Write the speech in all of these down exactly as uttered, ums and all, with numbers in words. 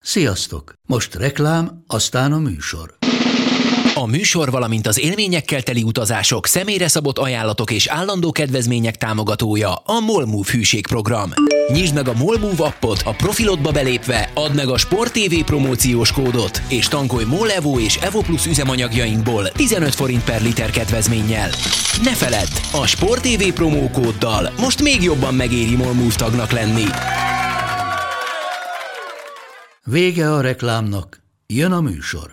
Sziasztok! Most reklám, aztán a műsor. A műsor, valamint az élményekkel teli utazások, személyre szabott ajánlatok és állandó kedvezmények támogatója a MOLMOVE hűségprogram. Nyisd meg a MOLMOVE appot, a profilodba belépve add meg a Sport té vé promóciós kódot, és tankolj MOL Evo és Evo Plus üzemanyagjainkból tizenöt forint per liter kedvezménnyel. Ne feledd, a Sport té vé promókóddal most még jobban megéri MOLMOVE tagnak lenni. Vége a reklámnak, jön a műsor.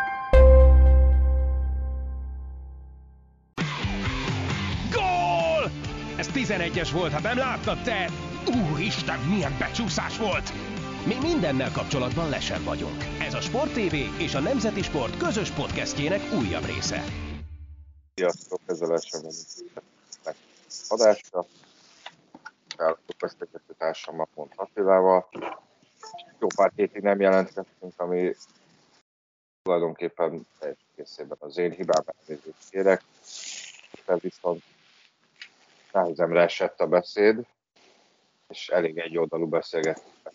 Gól! Ez tizenegyes volt, ha nem láttad te! Úristen, milyen becsúszás volt! Mi mindennel kapcsolatban lesen vagyunk. Ez a Sport té vé és a Nemzeti Sport közös podcastjének újabb része. Sziasztok, ez a lesen vagyunk adásra. Álltok beszélgető társammal, Pont Attilával. Jó pár hétig nem jelentkeztünk, ami tulajdonképpen egészében az én hibám, elnézést kérek. De viszont nehezemre esett a beszéd, és elég egy oldalú beszélgetésben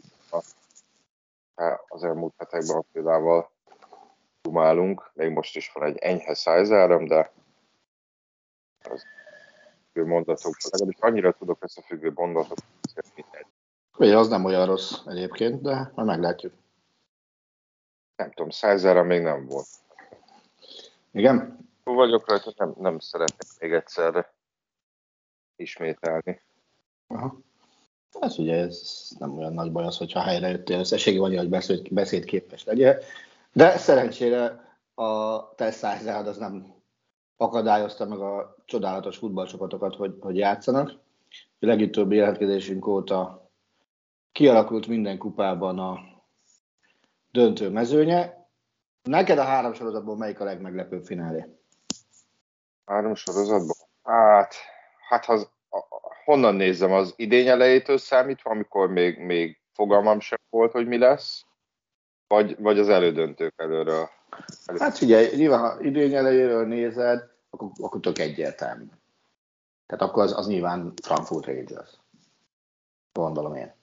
az elmúlt hetekben Attilával dumálunk. Még most is van egy enyhe szájzáram, de az összefüggő mondatokban, legalábbis annyira tudok összefüggő mondatokban, mindegy. Ugye, az nem olyan rossz egyébként, de majd meglátjuk. Nem tudom, szájzára még nem volt. Igen? Túl vagyok rajta, nem, nem szeretnék még egyszerre ismételni. Aha. Ez ugye ez nem olyan nagy baj az, hogyha helyre jöttél, összességében annyi, hogy beszéd, beszédképes legyen. De szerencsére a te szájzárad az nem akadályozta meg a csodálatos futballcsapatokat, hogy, hogy játszanak. A legutóbbi jelentkezésünk óta kialakult minden kupában a döntő mezőnye. Neked a három sorozatból melyik a legmeglepőbb finálé? Három sorozatból? Hát, hát az, a, honnan nézzem, az idény elejétől számítva, amikor még, még fogalmam sem volt, hogy mi lesz? Vagy, vagy az elődöntők előről? Elő... Hát figyelj, nyilván ha idény elejéről nézed, akkor, akkor tök egyértelmű. Tehát akkor az, az nyilván Frankfurt Rangers. Gondolom én.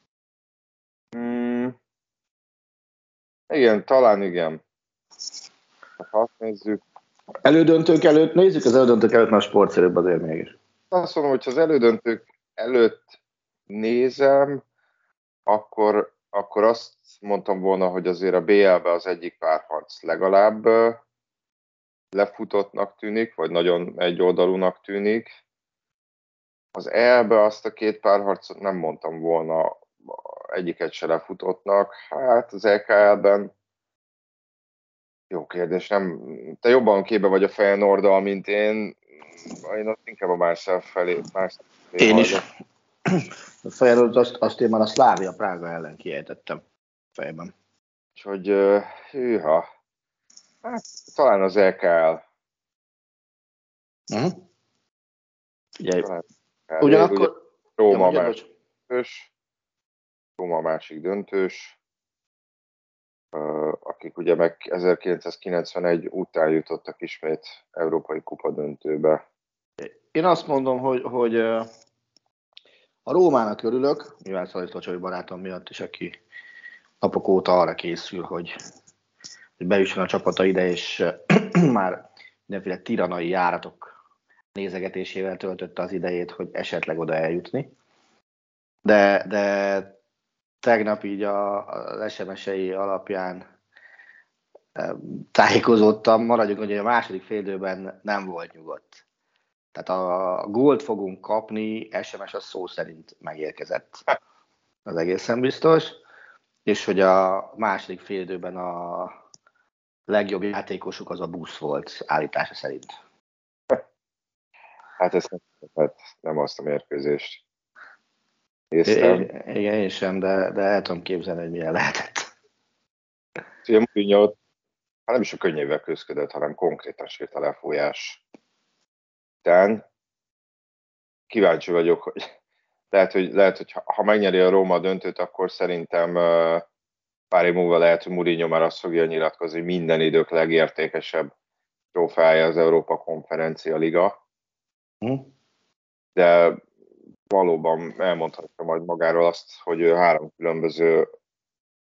Hmm. Igen, talán igen. Ha azt nézzük. Elődöntők előtt nézzük, az elődöntők előtt már sportszerűbb azért mégis. Azt mondom, hogy ha az elődöntők előtt nézem, akkor, akkor azt mondtam volna, hogy azért a bé el-be az egyik párharc legalább lefutottnak tűnik, vagy nagyon egyoldalúnak tűnik. Az é el-be azt a két párharcot nem mondtam volna egyiket se lefutottnak. Hát az é ká el-ben jó kérdés, nem. Te jobban képbe vagy a Feyenoorddal, mint én. Én ott inkább a más felé. Más felé én is. A Feyenoord azt, azt én már a Slavia Prága ellen kiejtettem fejben. Úgyhogy hűha. Hát talán az é ká el. Uh-huh. Ugye, talán ugyanakkor... Ugye, Róma ja, másik döntős. Róma másik döntős. Akik ugye meg ezerkilencszázkilencvenegy után jutottak ismét Európai Kupa döntőbe. Én azt mondom, hogy, hogy a Rómának örülök, mivel Szalisz Lacsoly barátom miatt is, aki napok óta arra készül, hogy, hogy bejusson a csapata ide, és már mindenféle tiranai járatok nézegetésével töltötte az idejét, hogy esetleg oda eljutni. De, de tegnap így a, az es em es-ei alapján tájékozódtam, maradjunk, hogy a második félidőben nem volt nyugodt. Tehát a gólt fogunk kapni, es em es az szó szerint megérkezett. Az egészen biztos. És hogy a második félidőben a legjobb játékosuk az a busz volt, állítása szerint. Hát ezt nem, hát nem azt a mérkőzést néztem. I- igen, én sem, de, de el tudom képzelni, hogy milyen lehetett. Ugye Mourinho hát nem is a könnyével küzdött, hanem konkrétan sírt a lefolyás után. Kíváncsi vagyok, hogy lehet, hogy, lehet, hogy ha megnyeri a Róma a döntőt, akkor szerintem pár év múlva lehet, hogy Mourinho már azt fogja nyilatkozni, hogy minden idők legértékesebb trófeája az Európa Konferencia Liga. Hm? De valóban elmondhatja majd magáról azt, hogy ő három különböző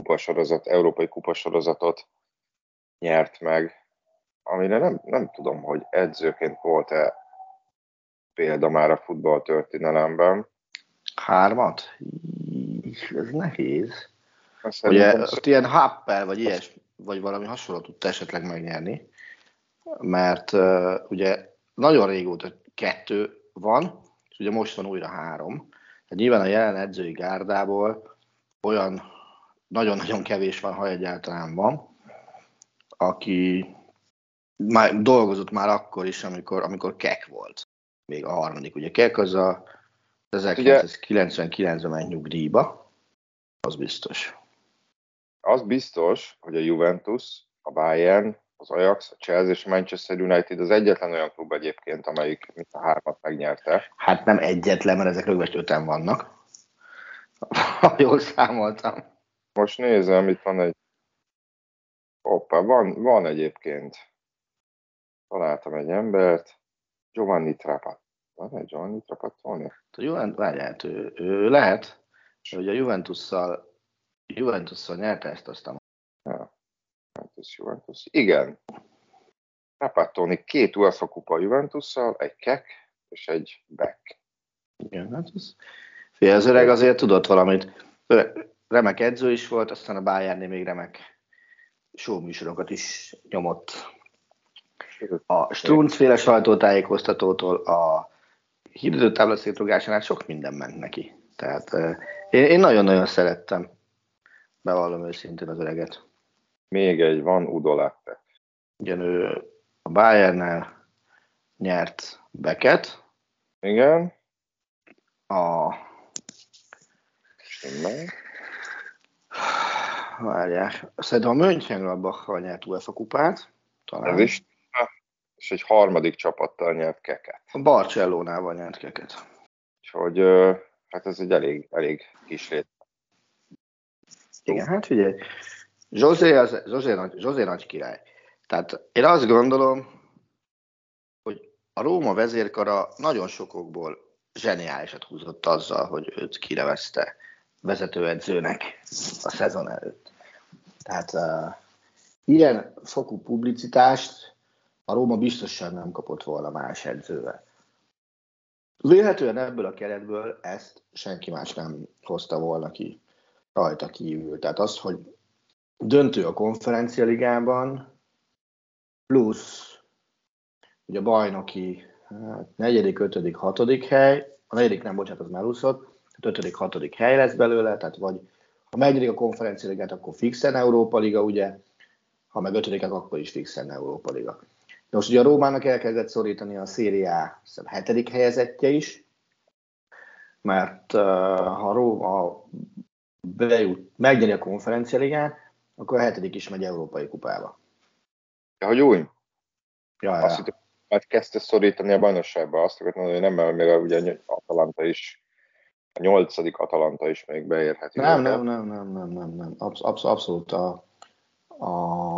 kupasorozat, európai kupasorozatot nyert meg, amire nem, nem tudom, hogy edzőként volt-e példa már a futball történelemben. Hármat? Ez nehéz. Szerintem Ugye azt ilyen Happel, vagy ilyes, vagy valami hasonló tudta esetleg megnyerni, mert uh, ugye nagyon régóta kettő van, és ugye most van újra három. Tehát nyilván a jelen edzői gárdából olyan nagyon-nagyon kevés van, ha egyáltalán van, aki már dolgozott már akkor is, amikor, amikor Kek volt. Még a harmadik. Ugye Kek az a ezerkilencszázkilencvenkilencben ment nyugdíjba, az biztos. Az biztos, hogy a Juventus, a Bayern, az Ajax, a Chelsea és a Manchester United az egyetlen olyan klub egyébként, amelyik mint a hármat megnyerte. Hát nem egyetlen, mert ezek rögvest öten vannak. Ha jól számoltam. Most nézem, itt van egy... Hoppá, van, van egyébként. Találtam egy embert. Giovanni Trapattoni. Van egy Giovanni Trapattoni? A Juventus, várját, ő, ő lehet, hogy a Juventusszal, Juventusszal nyerte ezt aztán. Ja. Juventus, Juventus. Igen. Trapattoni két UEFA kupa a Juventusszal, egy Kek és egy Beck. Igen, hát ez... Fél, az öreg azért tudott valamit. Remek edző is volt, aztán a Bayernnél még remek showműsorokat is nyomott. A Strunz-féle sajtótájékoztatótól a hirdetőtábla szétrugásán át sok minden ment neki. Tehát én, én nagyon-nagyon szerettem, bevallom őszintén az öreget. Még egy van, Udo Lattek. Ugyan ő a Bayernnel nyert Becket. Igen. A... Stimmel. Várják. Szerintem a Mönchengladbachal nyert UEFA kupát. Talán. Ez is. És egy harmadik csapattal nyert Keket. A Barcellonával nyert Keket. Úgyhogy hát ez egy elég, elég kis lét. Igen, hát figyelj. José, az, José, nagy, José nagy király. Tehát én azt gondolom, hogy a Róma vezérkara nagyon sokokból zseniálisat húzott azzal, hogy őt kinevezte vezetőedzőnek a szezon előtt. Tehát uh, ilyen fokú publicitást a Róma biztosan nem kapott volna más edzővel. Vélhetően ebből a keretből ezt senki más nem hozta volna ki rajta kívül. Tehát az, hogy döntő a konferencialigában, plusz ugye a bajnoki hát, negyedik, ötödik, hatodik hely, a negyedik nem, bocsánat, az melúszott, tehát ötödik, hatodik hely lesz belőle, tehát vagy ha megnyerik a konferencialigát, akkor fixen Európa Liga, ugye, ha meg ötödikek, akkor is fixen Európa Liga. De most ugye a Rómának elkezdett szorítani a Serie A hetedik helyezettje is, mert uh, ha Róma bejut, megnyeri a konferencialigát, akkor a hetedik is megy európai kupába. Ja, hogy új? Ja, Azt ja. hittem, hogy kezdte szorítani a bajnokságba. Azt akartam mondani, hogy nem, mert még a, ugye Atalanta is, a nyolcadik Atalanta is még beérheti. Nem, nem, nem, nem, nem, nem, nem. Absz- absz- abszolút a a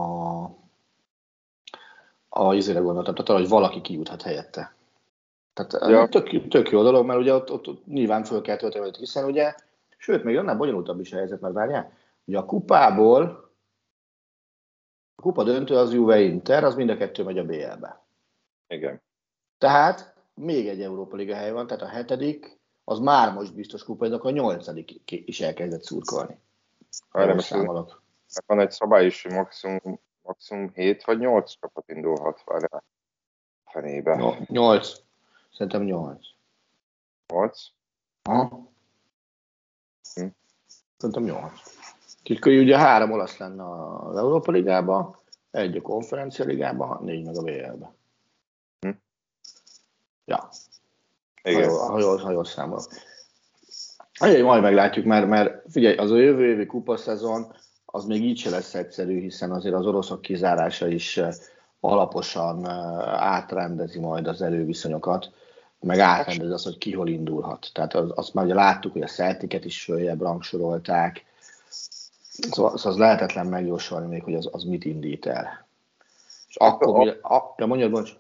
a izére gondoltam, tehát arra, hogy valaki kijuthat helyette. Tehát ja. tök, tök jó dolog, mert ugye ott, ott, ott nyilván föl kell tölteni, hiszen ugye, sőt, még annál bonyolultabb is a helyzet, mert várjál, ugye a kupából, a kupa döntő az Juve Inter, az mind a kettő megy a bé el-be. Igen. Tehát még egy Európa Liga hely van, tehát a hetedik, az már most biztos kupa, a nyolcadik is elkezdett szurkolni. Erre számolok. Van egy szabály is, hogy maximum, maximum hét vagy nyolc csapat indulhat vele a fenébe. nyolc. Szerintem nyolc. nyolc? Aha. Hm. Szerintem nyolc. Úgyhogy ugye három olasz lenne az Európa Ligában, egy a Konferencia Ligában, négy meg a bé el-be. Hm. Ja. Igen. Ha jól, ha jól, ha jól számolok. Ajaj, majd meglátjuk, mert, mert figyelj, az a jövő évi kupaszezon az még így se lesz egyszerű, hiszen azért az oroszok kizárása is alaposan átrendezi majd az erőviszonyokat, meg átrendezi azt, hogy ki hol indulhat. Tehát az, azt már ugye láttuk, hogy a Celticet is följebb rangsorolták, szóval az lehetetlen megjósolni még, hogy az, az mit indít el. És hát akkor... A, mi, a, ja, mondjad, bocs.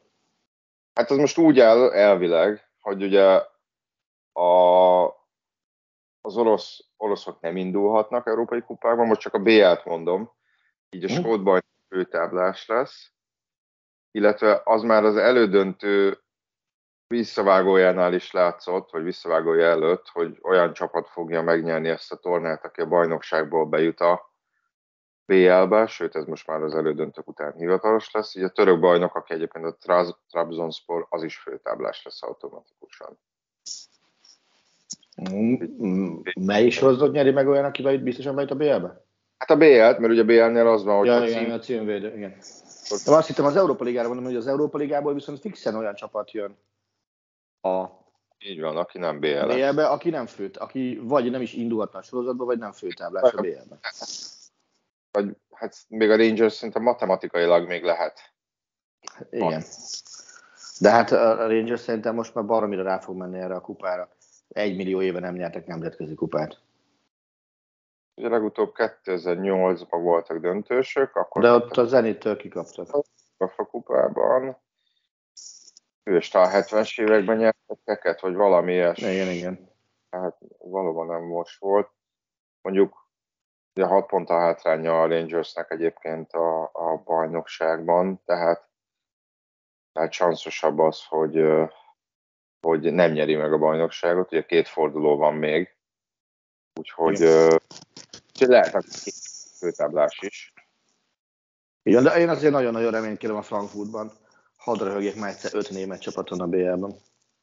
Hát az most úgy áll elvileg, hogy ugye a az orosz, oroszok nem indulhatnak európai kupákban, most csak a bé el-t mondom, így a Hm. skót bajnok főtáblás lesz, illetve az már az elődöntő visszavágójánál is látszott, vagy visszavágója előtt, hogy olyan csapat fogja megnyerni ezt a tornát, aki a bajnokságból bejut a bé el-be, sőt ez most már az elődöntők után hivatalos lesz, így a török bajnok, aki egyébként a Traz- Trabzonspor, az is főtáblás lesz automatikusan. Melyik sorozat nyeri meg olyan, aki bejut, biztosan bejut a bé el-be? Hát a bé el-t, mert ugye a bé el-nél az van, hogy Ja, a igen, cím... a címvédő, igen. De azt hittem az Európa Ligára mondom, hogy az Európa Ligából viszont fixen olyan csapat jön a Így van, aki nem bé el-es. bé el-be, aki nem főt, aki vagy nem is indulhatna a sorozatba, vagy nem főtáblás a bé el-be. Vagy hát még a Rangers szerintem matematikailag még lehet. Igen. De hát a Rangers szerintem most már baromira rá fog menni erre a kupára. Egy millió éve nem nyertek nemzetközi kupát. Ugye legutóbb kétezer-nyolcban voltak döntősök, akkor De ott a Zenittől kikaptak. a kupában. Ő is talán hetvenes években nyertek teket, vagy valami ilyesmi. Igen, igen. Tehát valóban nem most volt. Mondjuk ugye hat ponttal hátránya a Rangersnek egyébként a, a bajnokságban, tehát, tehát chansztosabb az, hogy, hogy nem nyeri meg a bajnokságot, ugye két forduló van még, úgyhogy, úgyhogy lehet a két főtáblás is. Igen, de én azért nagyon-nagyon reménykedem a Frankfurtban. Hadd röhögjék már egyszer öt német csapaton a bé el-ben.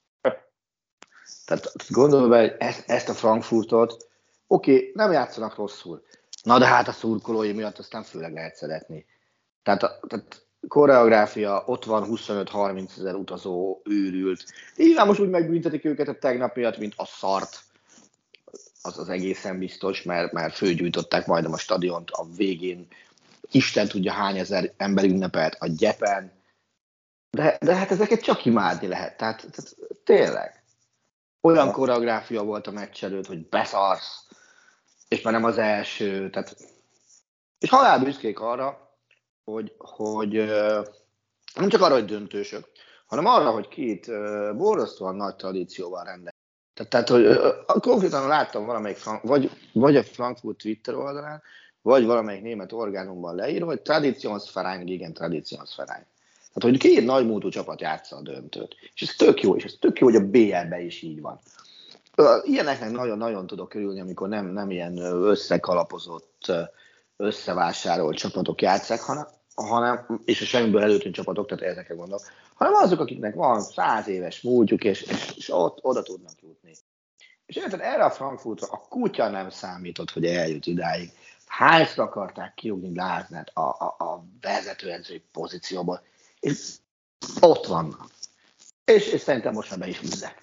Tehát gondolom be, hogy ezt, ezt a Frankfurtot, oké, okay, nem játszanak rosszul. Na de hát a szurkolói miatt aztán főleg lehet szeretni. Tehát, a, tehát koreográfia, ott van huszonöt-harminc ezer utazó, őrült. Így most úgy megbüntetik őket a tegnap miatt, mint a szart. Az az egészen biztos, mert, mert fölgyújtották majdnem a stadiont a végén. Isten tudja hány ezer ember ünnepelt a gyepen. De, de hát ezeket csak imádni lehet. Tehát, tehát tényleg. Olyan koreográfia volt a meccs előtt, hogy beszarsz, és már nem az első. Tehát, és halálbüszkék arra, hogy, hogy nem csak arra, hogy döntősök, hanem arra, hogy két borzasztóan nagy tradícióval rendelkezik. Tehát, tehát hogy konkrétan láttam valamelyik, vagy, vagy a Frankfurt Twitter oldalán, vagy valamelyik német orgánumban leírva, hogy Traditionsverein gegen Traditionsverein. Tehát, hogy két nagymúltú csapat játsza a döntőt. És ez tök jó, és ez tök jó, hogy a bé el-ben is így van. Ilyeneknek nagyon-nagyon tudok örülni, amikor nem, nem ilyen összekalapozott, összevásárolt csapatok játszák, hanem, hanem és a semmiből előtűnt csapatok, tehát ezekre gondolok, hanem azok, akiknek van száz éves múltjuk, és, és, és ott oda tudnak jutni. És érted, erre a Frankfurtra a kutya nem számított, hogy eljut idáig. Hányszor akarták kirúgni Gláznert a, a, a vezetőedzői pozícióból, és ott vannak. És, és szerintem most már be is húzzák.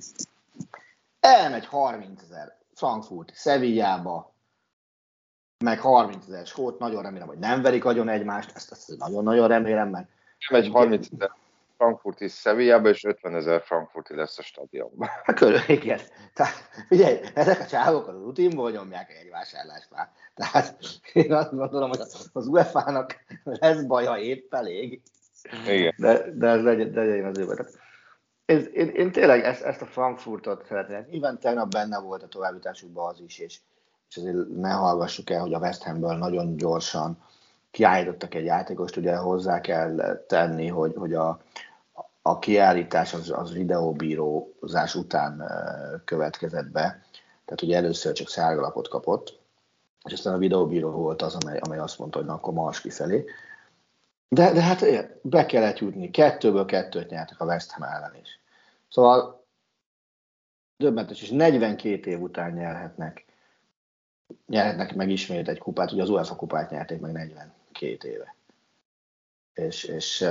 Elmegy harmincezer Frankfurt Sevillába, meg harmincezer skót, nagyon remélem, hogy nem verik agyon egymást, ezt, ezt nagyon-nagyon remélem, mert... Nem egy harmincezer Frankfurti Sevillába, és ötvenezer Frankfurti lesz a stadionban. Hát körül, igen. Tehát, figyelj, ezek a csávok a rutinból nyomják egy vásárlást már. Tehát én azt gondolom, hogy az u ef á-nak lesz baja épp elég. Igen. De, de ez legyen, legyen az őbe. Én, én, én tényleg ezt, ezt a Frankfurtot szeretném. Nyilván tegnap benne volt a továbbjutásukban az is, és, és azért ne hallgassuk el, hogy a West Hamből nagyon gyorsan kiállítottak egy játékost, ugye hozzá kell tenni, hogy, hogy a, a kiállítás az, az videóbírózás után következett be. Tehát ugye először csak sárgalapot kapott, és aztán a videóbíró volt az, amely, amely azt mondta, hogy na, akkor mars kifelé. De, de hát be kellett jutni. Kettőből kettőt nyertek a West Ham ellen is. Szóval döbbenetes, és negyvenkét év után nyerhetnek, nyerhetnek meg ismét egy kupát. Ugye az u ef á kupát nyerték meg negyvenkét éve. És, és,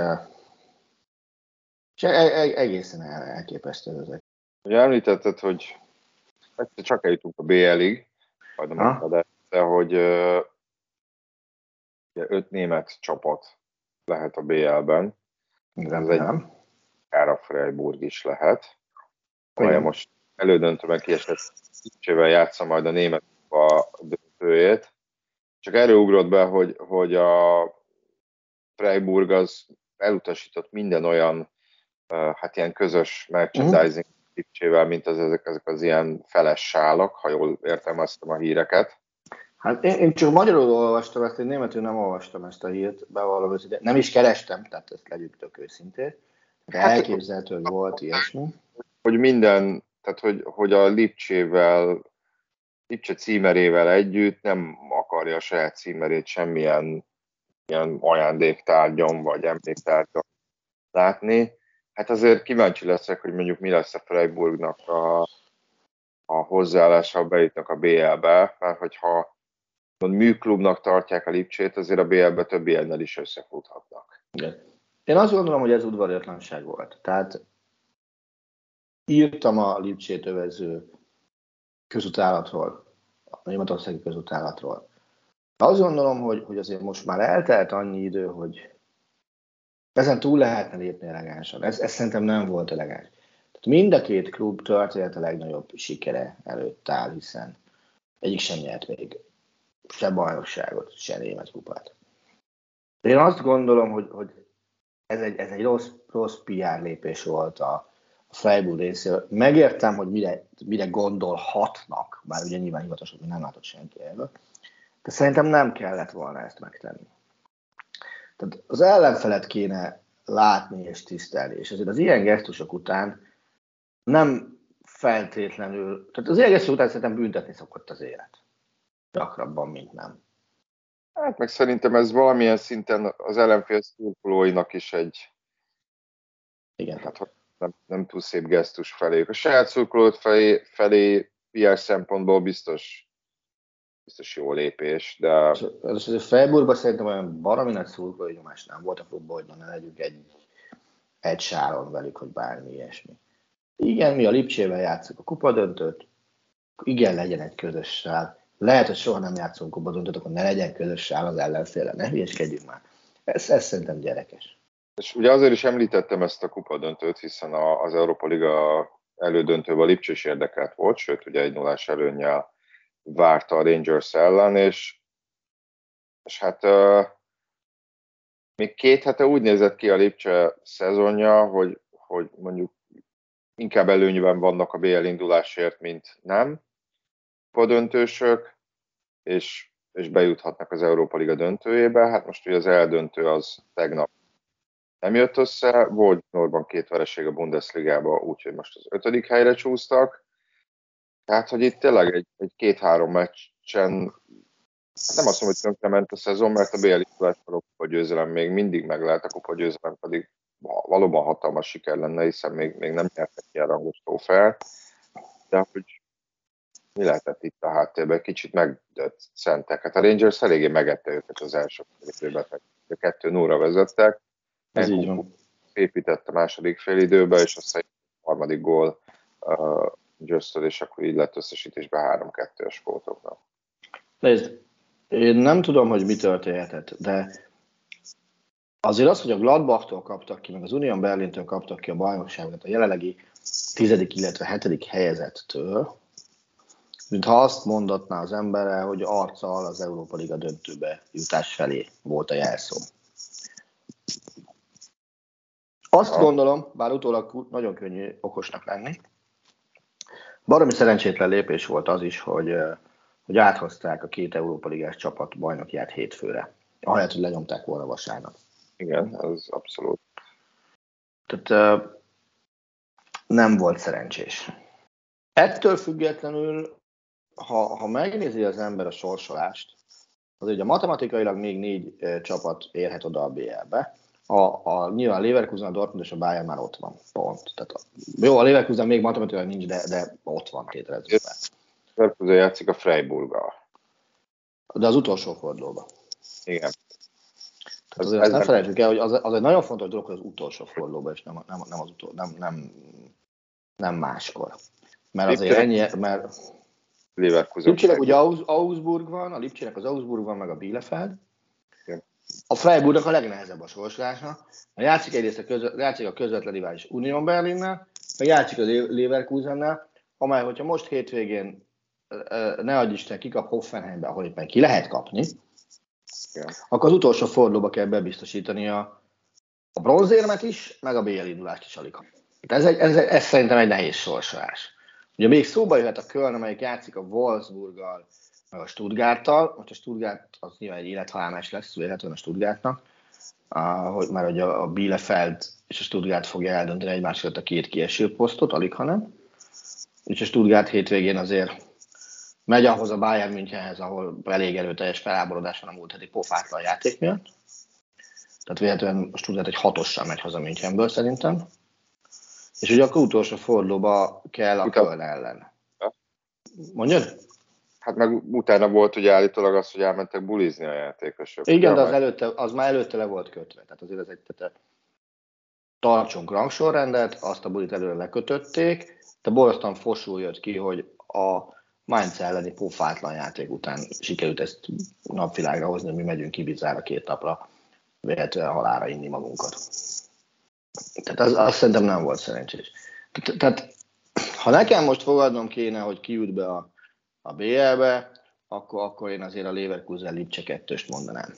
és egészen elképesztő ezek. Ugye említetted, hogy csak eljutunk a bé el-ig, majd mondtad, de hogy uh, öt német csapat lehet a bé el-ben. Ez egy Kára Freiburg is lehet. Amely most elődöntőben kiesett kicsivel játsza majd a német a döntőjét. Csak erről ugrott be, hogy, hogy a Freiburg az elutasított minden olyan uh, hát ilyen közös merchandising Lipcsével, mint az, ezek, ezek az ilyen feles sálak, ha jól értelmeztem a híreket. Hát én, én csak magyarul olvastam ezt, én németül nem olvastam ezt a hírt, bevallom őszintén. Nem is kerestem, tehát ezt legyük tök őszintén. Hát, elképzelhető, hogy volt ilyesmi. Hogy minden, tehát hogy, hogy a Lipcsével, Lipcse címerével együtt nem akarja a saját címerét semmilyen ilyen ajándéktárgyon vagy emléktárgyon látni. Hát azért kíváncsi leszek, hogy mondjuk mi lesz a Freiburgnak a, a hozzáállása, ha bejutnak a bé el-be, mert hogyha műklubnak tartják a Lipcsét, azért a bé el-be több ilyennel is összefuthatnak. Igen. Én azt gondolom, hogy ez udvariatlanság volt. Tehát írtam a Lipcsét övező közutálatról, a németországi közutálatról. Azt gondolom, hogy, hogy azért most már eltelt annyi idő, hogy ezen túl lehetne lépni elegánsan. Ez, ez szerintem nem volt elegáns. Tehát mind a két klub történet a legnagyobb sikere előtt áll, hiszen egyik sem nyert még se bajnokságot, se német kupát. Én azt gondolom, hogy, hogy ez egy, ez egy rossz, rossz pé er lépés volt a, a Freiburg részéről. Megértem, hogy mire, mire gondolhatnak, bár ugye nyilván hivatalos, hogy nem látott senki ebből, de szerintem nem kellett volna ezt megtenni. Tehát az ellenfelet kéne látni és tisztelni, és azért az ilyen gesztusok után nem feltétlenül, tehát az ilyen gesztusok után szerintem büntetni szokott az élet. Gyakrabban, mint nem. Hát meg szerintem ez valamilyen szinten az ellenfél szurkolóinak is egy Igen. Hát, nem, nem túl szép gesztus felé. A saját szurkolót felé, felé pé er szempontból biztos, biztos jó lépés, de... Az azért Freiburgban szerintem olyan baromi nagy szurkolói nyomás nem volt a klubban, hogy ne legyünk egy, egy sáron velük, hogy bármi ilyesmi. Igen, mi a Lipcsével játszunk a kupadöntőt, igen, legyen egy közös sál. Lehet, hogy soha nem játszunk kupadöntőt, akkor ne legyen közös sál az ellenféle, ne hülyeskedjünk már. Ez, ez szerintem gyerekes. És ugye azért is említettem ezt a kupadöntőt, hiszen a, az Európa Liga elődöntőben a Lipcsé is érdekelt volt, sőt, ugye egy nullás előnnyel várta a Rangers ellen, és, és hát uh, még két hete úgy nézett ki a Lipcse szezonja, hogy, hogy mondjuk inkább előnyben vannak a bé el indulásért, mint nem kupadöntősök, és, és bejuthatnak az Európa Liga döntőjébe. Hát most ugye az eldöntő az tegnap nem jött össze, volt Norban két vereség a Bundesligában, úgyhogy most az ötödik helyre csúsztak. Tehát, hogy itt tényleg egy, egy két-három meccsen, nem azt mondom, hogy tönkrement a szezon, mert a bé el indulásban a kupagyőzelem még mindig meg lehet, a kupagyőzelem pedig valóban hatalmas siker lenne, hiszen még, még nem nyertek ilyen rangos trófeát. De hogy mi lehetett itt a háttérben, kicsit megdött szentek. Hát a Rangers eléggé megette őket az első félidőben, a kettő nullra vezettek. Ez így van. Épített a második félidőbe, és aztán a harmadik gól uh, Rangers-től, és akkor így lett összesítésben három kettő a skótoknak. Nézd, én nem tudom, hogy mi történhetett, de azért az, hogy a Gladbachtól kaptak ki, meg az Union Berlintől kaptak ki a bajnokságot, a jelenlegi tizedik, illetve hetedik helyezettől, mintha azt mondatná az emberre, hogy arccal az Európa Liga döntőbe jutás felé volt a jelszó. Azt gondolom, bár utólag nagyon könnyű okosnak lenni, baromi szerencsétlen lépés volt az is, hogy, hogy áthozták a két Európa Ligás csapat bajnokját hétfőre, ahelyett, hogy lenyomták volna vasárnap. Igen, ez abszolút. Tehát nem volt szerencsés. Ettől függetlenül, ha, ha megnézi az ember a sorsolást, azért ugye matematikailag még négy csapat érhet oda a bé el-be. A, a, nyilván a Leverkusen, a Dortmund és a Bayern már ott van, pont. Tehát a, jó, a Leverkusen még matematikailag nincs, de, de ott van tételezőben. A Leverkusen játszik a Freiburggal. De az utolsó fordulóban. Igen. Tehát azért azt ne felejtsük el, hogy az, az egy nagyon fontos dolog, hogy az utolsó fordulóban, és nem, nem, nem, az utol, nem, nem, nem máskor. Mert azért ennyi, mert Lipcsének ugye Augsburg van, a Lipcsének az Augsburg van, meg a Bielefeld. Igen. A Freiburgnak a legnehezebb a sorsolása. Játszik egyrészt a, közvet, játszik a közvetlen rivális Union Berlinnel, meg játszik a Leverkusennel, amely, hogyha most hétvégén ne adj Isten kikap Hoffenheimbe, ahol éppen ki lehet kapni, igen, akkor az utolsó fordulóba kell bebiztosítani a, a bronzérmet is, meg a bé el indulást is alig. Ez, egy, ez, ez szerintem egy nehéz sorsolás. Ugye még szóba jöhet a Köln, amelyik játszik a Wolfsburggal, meg a Stuttgarttal. Most a Stuttgart az nyilván egy élethalálmás lesz, véletlenül a Stuttgartnak, uh, hogy már ugye a Bielefeld és a Stuttgart fogja eldönteni egymás között a két kieső posztot, alig hanem. És a Stuttgart hétvégén azért megy ahhoz a Bayern Münchenhez, ahol elég erőteljes feláborodás van a múlt heti pofátlan játék miatt. Tehát véletlenül a Stuttgart egy hatossal megy haza Münchenből szerintem. És ugye akkor utolsó fordulóba kell a Köln ellen. Mondjad? Hát meg utána volt ugye állítólag az, hogy elmentek bulizni a játékosok. Igen, de az, előtte, az már előtte le volt kötve. Tehát azért ez egy, tehát tartsunk rangsorrendet, azt a bulit előre lekötötték, de borzasztóan fosul jött ki, hogy a Mainz elleni pofátlan játék után sikerült ezt napvilágra hozni, hogy mi megyünk Ibizára két napra, véletlenül halálra inni magunkat. Tehát az, az szerintem nem volt szerencsés. Te- Tehát ha nekem most fogadnom kéne, hogy ki jut be a, a bé el-be, akkor, akkor én azért a Leverkusen Lipcse kettőst mondanám.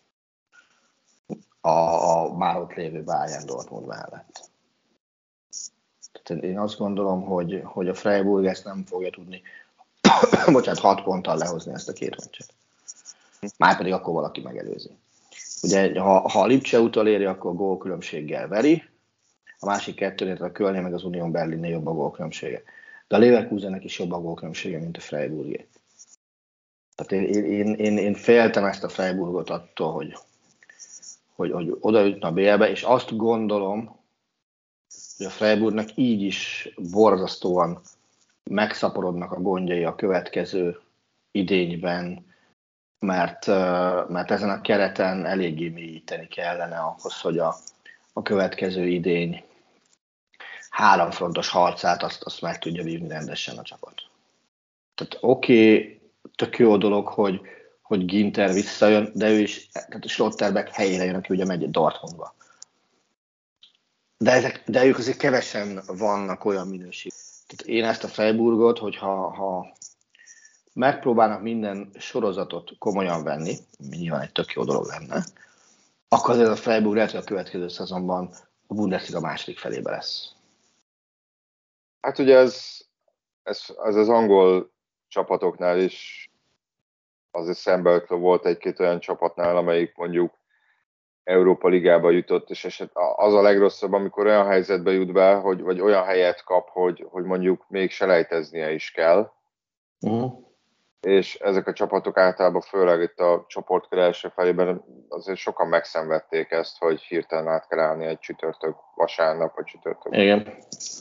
A, a már ott lévő Bayern Dortmund mellett. Tehát én azt gondolom, hogy, hogy a Freiburg ezt nem fogja tudni, bocsánat, hat ponttal lehozni ezt a két meccset. Márpedig akkor valaki megelőzi. Ugye, ha, ha a Lipcse utoléri, akkor gólkülönbséggel veri, a másik kettőnél, a Kölnél meg az Union Berlinnél jobb a gólkülönbsége. De a Leverkusennek is jobb a gólkülönbsége, mint a Freiburgé. Tehát én, én, én, én féltem ezt a Freiburgot attól, hogy, hogy, hogy oda jutna a bé el-be, és azt gondolom, hogy a Freiburgnak így is borzasztóan megszaporodnak a gondjai a következő idényben, mert, mert ezen a kereten eléggé mélyíteni kellene ahhoz, hogy a, a következő idény háromfrontos harcát azt, azt meg tudja vívni rendesen a csapat. Tehát oké, okay, tök jó dolog, hogy, hogy Ginter visszajön, de ő is, tehát a Schlotterbeck helyére jön, aki ugye megy Dortmundba. De, ezek, de ők azért kevesen vannak olyan minőség. Tehát én ezt a Freiburgot, hogyha ha megpróbálnak minden sorozatot komolyan venni, nyilván egy tök jó dolog lenne, akkor azért a Freiburg lehet, hogy a következő szezonban a Bundesliga második felébe lesz. Hát ugye ez, ez, ez az angol csapatoknál is azért szembe volt egy-két olyan csapatnál, amelyik mondjuk Európa Ligába jutott, és eset, az a legrosszabb, amikor olyan helyzetbe jut be, hogy, vagy olyan helyet kap, hogy, hogy mondjuk még selejteznie is kell. Uh-huh. És ezek a csapatok általában, főleg itt a csoportkör első felében azért sokan megszenvedték ezt, hogy hirtelen át kell állni egy csütörtök vasárnap, vagy csütörtök. Igen.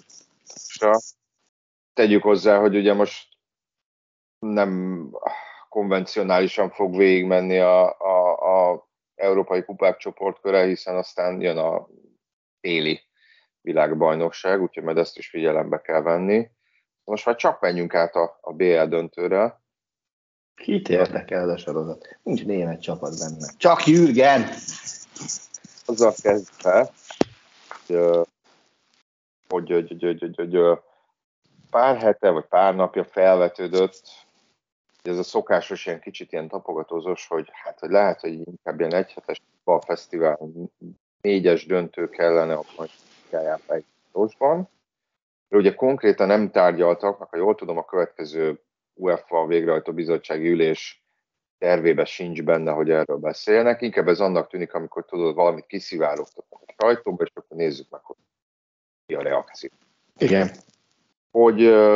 Tegyük hozzá, hogy ugye most nem konvencionálisan fog végigmenni a, a, a Európai Kupák csoportköre, hiszen aztán jön a téli világbajnokság, úgyhogy majd ezt is figyelembe kell venni. Most már csak menjünk át a, a bé el döntőre. Kit érdekel a sorozat? Nincs német csapat benne. Csak Jürgen! Azzal kezdve, hogy, hogy, hogy, hogy, hogy, hogy pár hete vagy pár napja felvetődött, hogy ez a szokásos ilyen kicsit ilyen tapogatózós, hogy hát hogy lehet, hogy inkább ilyen egyhetes fesztivál négyes döntő kellene a politikájában egy Rózsban. De ugye konkrétan nem tárgyaltak, mert ha jól tudom, a következő UEFA végrehajtó bizottsági ülés tervében sincs benne, hogy erről beszélnek. Inkább ez annak tűnik, amikor tudod, valamit kiszivárogtatnak a sajtóba, és akkor nézzük meg, hogy mi a reakció. Igen. Hogy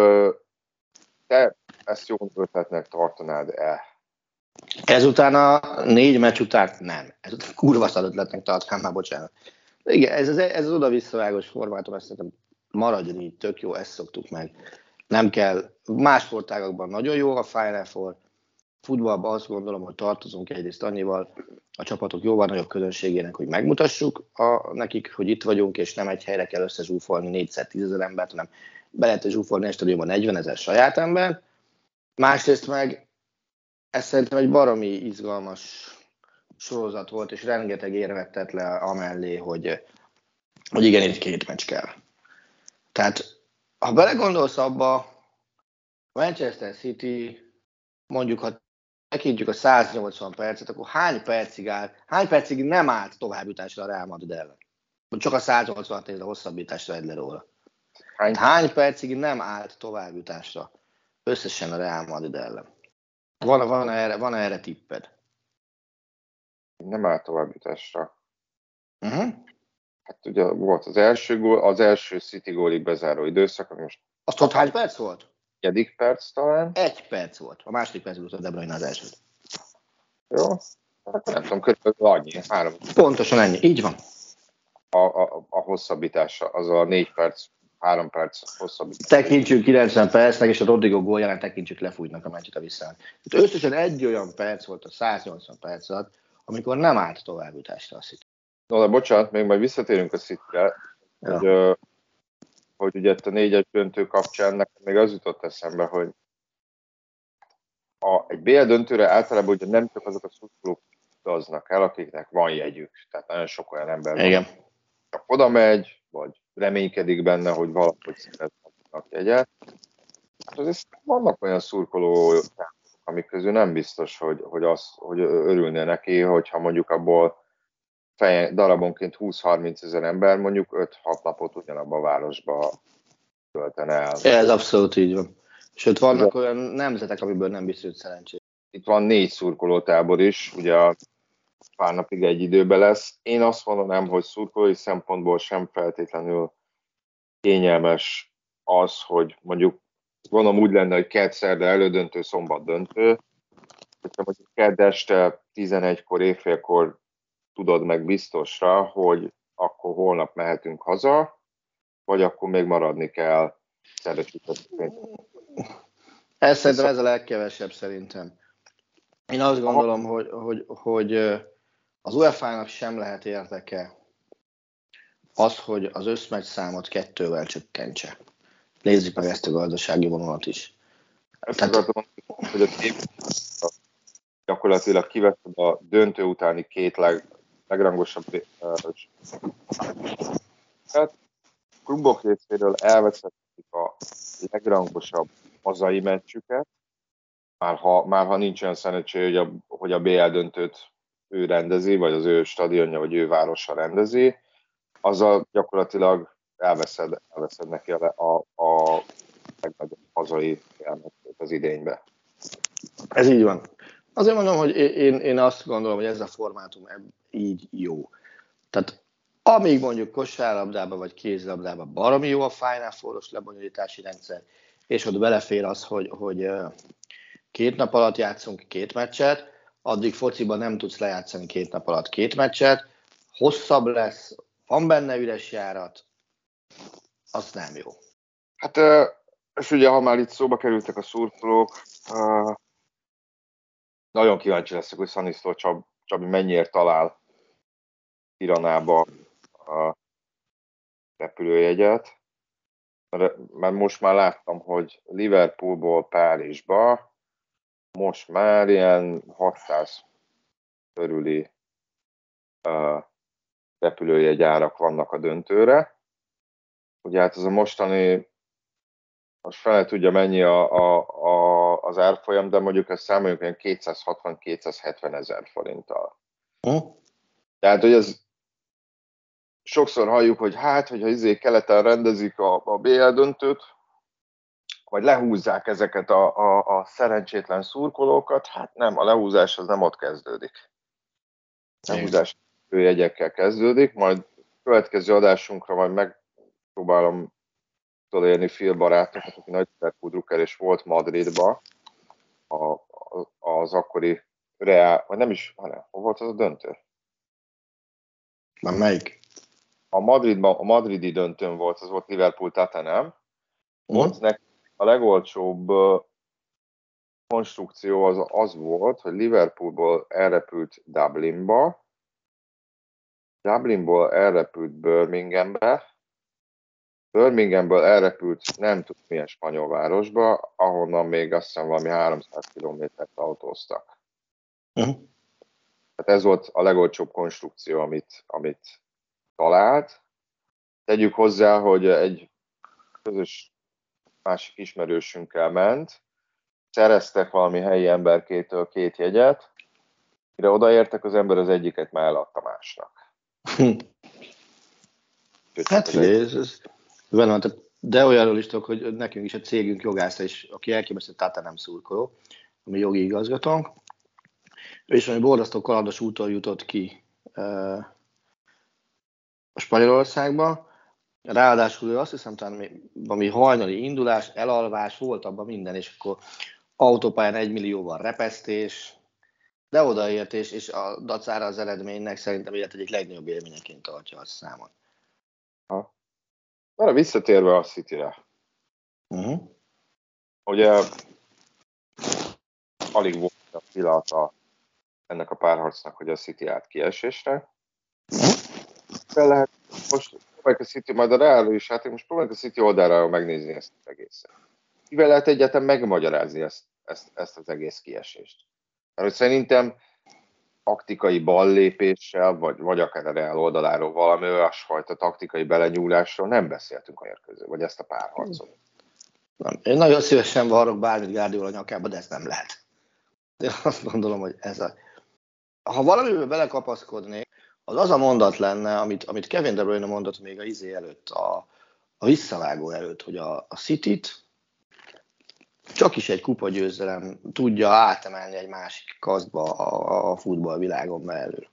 te ezt jó ötletnek tartanád-e? Ezután a négy meccs után nem. Ezután kurva szar ötletnek tartanám, már bocsánat. De igen, ez az, ez az oda-visszavágos formátum, ezt szerintem maradjon így, tök jó, ezt szoktuk meg. Nem kell, más sportágakban nagyon jó a Final Four, futballban azt gondolom, hogy tartozunk egyrészt annyival a csapatok jóval nagyobb közönségének, hogy megmutassuk a, nekik, hogy itt vagyunk, és nem egy helyre kell összezsúfolni négyszer tízezer embert, hanem be lehet zsúfolni egy stadionban negyvenezer saját ember. Másrészt meg ez szerintem egy baromi izgalmas sorozat volt, és rengeteg érvet tett le amellé, hogy, hogy igen, itt két meccs kell. Tehát, ha belegondolsz abba, Manchester City, mondjuk, ha tekintjük a száznyolcvan percet, akkor hány percig áll, hány percig nem állt továbbjutásra a Real Madrid ellen? Csak a száznyolcvan nézve a hosszabbításra egy le róla. Hány, Hány percig nem állt továbbjutásra összesen a Real Madrid ellen? Van, van, erre, van erre tipped? nem áll továbbjutásra. Uh-huh. Hát ugye volt az első gól, az első City gólig bezáró időszak, ami most Azt ott hány perc volt? negyedik perc talán. Egy perc volt. A második perc volt a De Bruyne az első. Jó. Hát nem tudom, körülbelül annyi. Három. Pontosan ennyi. Így van. A, a, a hosszabbítása, az a négy perc, három perc hosszabbítása. Tekintsük kilencven percnek, és a Rodrigo góljánál tekintsük lefújtnak a meccset a visszán. Összesen egy olyan perc volt a száznyolcvan perc alatt, amikor nem állt továbbjutásra a City. No, de bocsánat, még majd visszatérünk a Cityre, Ja. hogy, uh, hogy ugye a négyes döntő kapcsán nekem még az jutott eszembe, hogy a, egy bé el döntőre általában ugye nem csak azok a szurkolók utaznak el, akiknek van jegyük. Tehát nagyon sok olyan ember van, Igen. csak oda megy, vagy reménykedik benne, hogy valahogy szeretnek jegyet. Azért vannak olyan szurkoló, amik közül nem biztos, hogy, hogy, az, hogy örülne neki, hogyha mondjuk abból feje, darabonként húsz-harminc ezer ember mondjuk öt-hat napot ugyanabban a városba töltene el. Ez abszolút így van. Sőt, vannak olyan nemzetek, amiből nem biztos, hogy szerencsés. Itt van négy szurkolótábor is, ugye a pár napig egy időben lesz. Én azt mondanám, hogy szurkolói szempontból sem feltétlenül kényelmes az, hogy mondjuk gondolom úgy lenne, hogy kedd szerda elődöntő, szombat döntő, hogyha mondjuk kedd este tizenegykor, éjfélkor tudod meg biztosra, hogy akkor holnap mehetünk haza, vagy akkor még maradni kell szeresítetni. Ez szerintem ez a legkevesebb szerintem. Én azt gondolom, hogy, hogy, hogy az UEFA-nak sem lehet érdeke az, hogy az összmeccs számot kettővel csökkentse. Nézzük meg ezt a gazdasági vonalat is. Ezt Tehát... akartam mondani, hogy a tép gyakorlatilag kiveszed a döntő utáni két leg, legrangosabb uh, klubok részéről elvesztették a legrangosabb hazai meccsüket, már ha, már ha nincs olyan szerencsé, hogy a, hogy a bé el döntőt ő rendezi, vagy az ő stadionja, vagy ő városa rendezi, azzal gyakorlatilag elveszed, elveszed neki a, a, a legnagyobb hazai elmeccsét az idénybe. Ez így van. Azért mondom, hogy én, én azt gondolom, hogy ez a formátum így jó. Tehát amíg mondjuk kosárlabdában vagy kézilabdában baromi jó a Final Four-os lebonyolítási rendszer, és ott belefér az, hogy, hogy két nap alatt játszunk két meccset, addig fociban nem tudsz lejátszani két nap alatt két meccset, hosszabb lesz, van benne üres járat, az nem jó. Hát, és ugye, ha már itt szóba kerültek a szurkolók, nagyon kíváncsi leszek, hogy Szaniszló Csab, Csabi mennyiért talál Tiranába a repülőjegyet. Mert most már láttam, hogy Liverpoolból Párizsba most már ilyen hatszáz körüli uh, repülőjegyárak vannak a döntőre. Ugye hát ez a mostani, most fel tudja mennyi a, a, a, az árfolyam, de mondjuk ezt számoljuk olyan kétszázhatvan-kétszázhetven ezer forinttal. Hm? Tehát, hogy ez sokszor halljuk, hogy hát, hogyha izé keleten rendezik a, a bé el döntőt, vagy lehúzzák ezeket a, a, a szerencsétlen szurkolókat, hát nem, a lehúzás az nem ott kezdődik. A lehúzás jegyekkel kezdődik, majd következő adásunkra majd megpróbálom elérni Phil barátokat, aki nagy Liverpool drukker és volt Madridba, a, a, az akkori Real, vagy nem is, hanem, hol volt az a döntő? Már melyik? A Madridban, a madridi döntőn volt, az volt Liverpool-Tottenham. Mm. Ott neki a legolcsóbb konstrukció az, az volt, hogy Liverpoolból elrepült Dublinba, Dublinból elrepült Birminghambe, Birminghamből elrepült nem tudom milyen spanyol városba, ahonnan még azt hiszem valami háromszáz kilométert autóztak. Mm. Tehát ez volt a legolcsóbb konstrukció, amit, amit talált. Tegyük hozzá, hogy egy közös másik ismerősünkkel ment, szereztek valami helyi emberkétől két jegyet, mire odaértek, az ember az egyiket már eladta másnak. Hát figyelj, ez, ez, van, De olyanról is tudok, hogy nekünk is a cégünk jogásza is, aki elképesztő Tottenham szurkoló, ami jogi igazgatónk, ő is valami borzasztó kalandos úton jutott ki uh, a Spanyolországba. Ráadásul ő azt hiszem, talán valami hajnali indulás, elalvás, volt abban minden, és akkor autópályán egy millióval repesztés, de odaért, és, és a dacára az eredménynek szerintem élet egyik legnagyobb élményeként tartja azt számon. Ha. Arra visszatérve a Cityre. Uh-huh. Ugye alig volt a pillanata ennek a párharcnak, hogy a City állt kiesésre. Fel lehet, most próbáljuk a City, majd a Real is, hát én most próbáljuk a City oldalra megnézni ezt az egészet. Kivel lehet egyáltalán megmagyarázni ezt, ezt, ezt az egész kiesést? Mert szerintem taktikai ballépéssel, vagy, vagy akár a Real oldaláról valami olyasfajta taktikai belenyúlásról nem beszéltünk a mérkőzőn, vagy ezt a párharcot. Nem. Én nagyon szívesen varrok bármit Guardiola nyakába, de ez nem lehet. Én azt gondolom, hogy ez a... Ha valamiből belekapaszkodnék, az az a mondat lenne, amit, amit Kevin De Bruyne mondott még a izé előtt, a, a visszavágó előtt, hogy a, a Cityt csak is egy kupagyőzelem tudja átemelni egy másik kasztba a, a futballvilágon belül.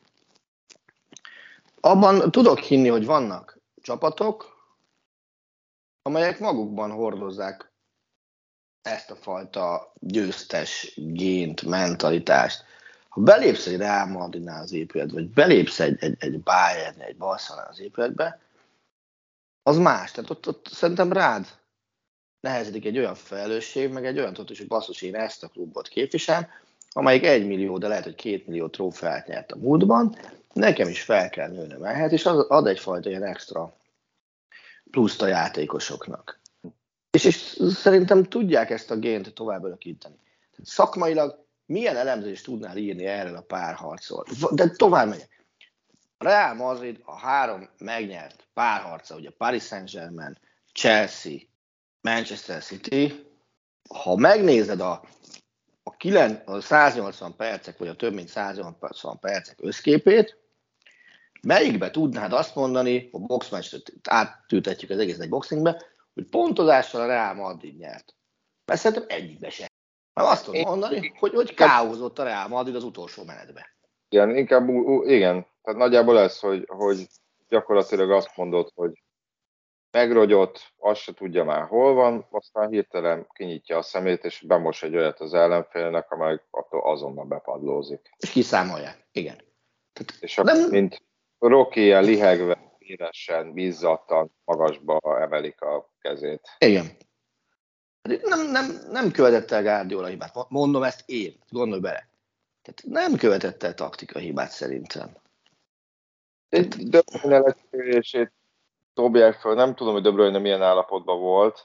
Abban tudok hinni, hogy vannak csapatok, amelyek magukban hordozzák ezt a fajta győztes gént, mentalitást. Ha belépsz egy Real Madridnál az épületbe, vagy belépsz egy, egy, egy Bayern, egy Barcelona az épületbe, az más. Tehát ott, ott szerintem rád nehezedik egy olyan felelősség, meg egy olyan tudod, hogy basszus, én ezt a klubot képviselem, amelyik egy millió, de lehet, hogy két millió trófeát nyert a múltban, nekem is fel kell nőnöm ehhez, és az ad egyfajta ilyen extra pluszt a játékosoknak. És, és szerintem tudják ezt a gént tovább örökíteni. Tehát szakmailag milyen elemzést tudnál írni erről a párharcról? De tovább megyek. Real Madrid a három megnyert párharca, ugye Paris Saint-Germain, Chelsea, Manchester City. Ha megnézed a, a, kilenc, a száznyolcvan percek, vagy a több mint száznyolcvan percek összképét, melyikbe tudnád azt mondani, a boxmatch-t átültetjük az egész egy boxingbe, hogy pontozással a Real Madrid nyert. Mert szerintem egyikbe sem. Mert azt tudom mondani, hogy, hogy káozott a Real Madrid az utolsó menetbe. Igen, inkább igen. Tehát nagyjából ez, hogy, hogy gyakorlatilag azt mondod, hogy megrogyott, azt se tudja már hol van, aztán hirtelen kinyitja a szemét, és bemos egy olyat az ellenfélnek, amely attól azonnal bepadlózik. És kiszámolják, igen. Tehát és akkor, nem... mint Rocky ilyen lihegve, éresen, bizzadtan, magasba emelik a kezét. Igen. Nem, nem, nem követett el Guardiola hibát. Mondom ezt én, gondolj bele. Tehát nem követett el taktika hibát szerintem. De Bruyne lecserélését dobják föl. Nem tudom, hogy De Bruyne milyen állapotban volt.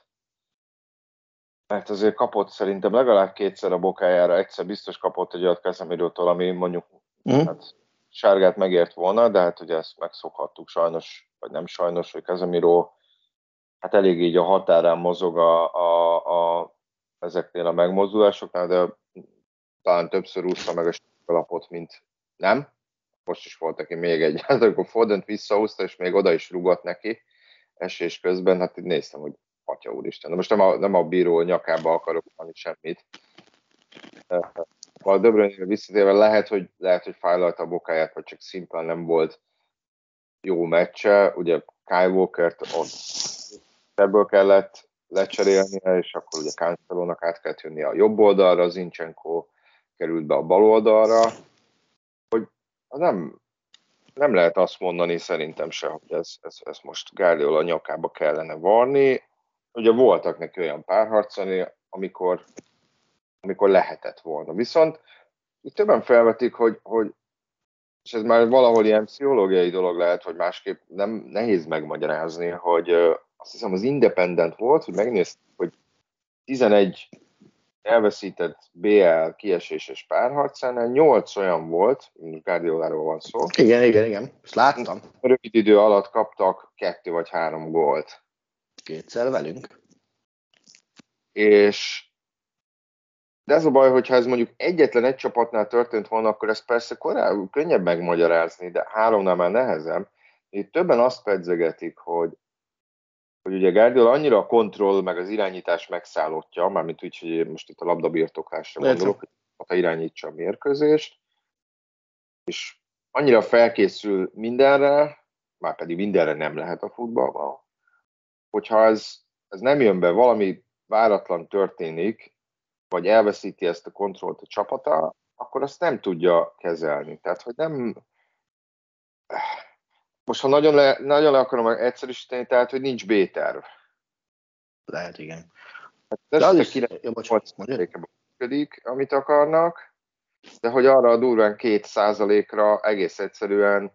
Mert azért kapott szerintem legalább kétszer a bokájára. Egyszer biztos kapott egy olyat Casemirótól, ami mondjuk mm. hát, sárgát megért volna, de hát ugye ezt megszokhattuk sajnos, vagy nem sajnos, hogy Casemiro hát elég így a határán mozog a, a, a, ezeknél a megmozdulásoknál, de talán többször úszta meg a alapot, mint nem. Most is volt neki még egy, hát amikor Fodent visszahúzta, és még oda is rúgott neki esés közben, hát így néztem, hogy atya úristen. De most nem a, nem a bíró nyakába akarok mondani semmit. A De Bruyne visszatérve lehet, hogy, lehet, hogy fájlalta a bokáját, vagy csak szimplán nem volt jó meccse. Ugye Kyle Walkert ott ebből kellett lecserélnie, és akkor ugye Cancelónak át kellett jönni a jobb oldalra, Zinchenko került be a bal oldalra, hogy nem, nem lehet azt mondani szerintem se, hogy ez, ez, ez most Guardiola nyakába kellene varni. Ugye voltak neki olyan párharcani, amikor, amikor lehetett volna. Viszont itt többen felvetik, hogy, hogy és ez már valahol ilyen pszichológiai dolog lehet, hogy másképp nem nehéz megmagyarázni, hogy azt hiszem az Independent volt, hogy megnéztük, hogy tizenegy elveszített bé el kieséses párharcánál nyolc olyan volt, Guardioláról van szó. Igen, igen, igen. Ezt láttam. Rövid idő alatt kaptak kettő vagy három gólt. Kétszer velünk. És de ez a baj, hogyha ez mondjuk egyetlen egy csapatnál történt volna, akkor ez persze korábban könnyebb megmagyarázni, de háromnál már nehezebb. Itt többen azt pedzegetik, hogy hogy ugye Guardiola annyira a kontroll meg az irányítás megszállottja, mármint úgy, hogy most itt a labdabirtoklásra gondolok, hogy ha irányítsa a mérkőzést, és annyira felkészül mindenre, már pedig mindenre nem lehet a futballban, hogyha ez, ez nem jön be, valami váratlan történik, vagy elveszíti ezt a kontrollt a csapata, akkor azt nem tudja kezelni. Tehát, hogy nem... Most, ha nagyon le, nagyon le akarom egyszerűsíteni, tehát, hogy nincs B-terv. Lehet, igen. Hát de az is... kilencvennyolc százalékban működik, amit akarnak, de hogy arra a durván két százalékra egész egyszerűen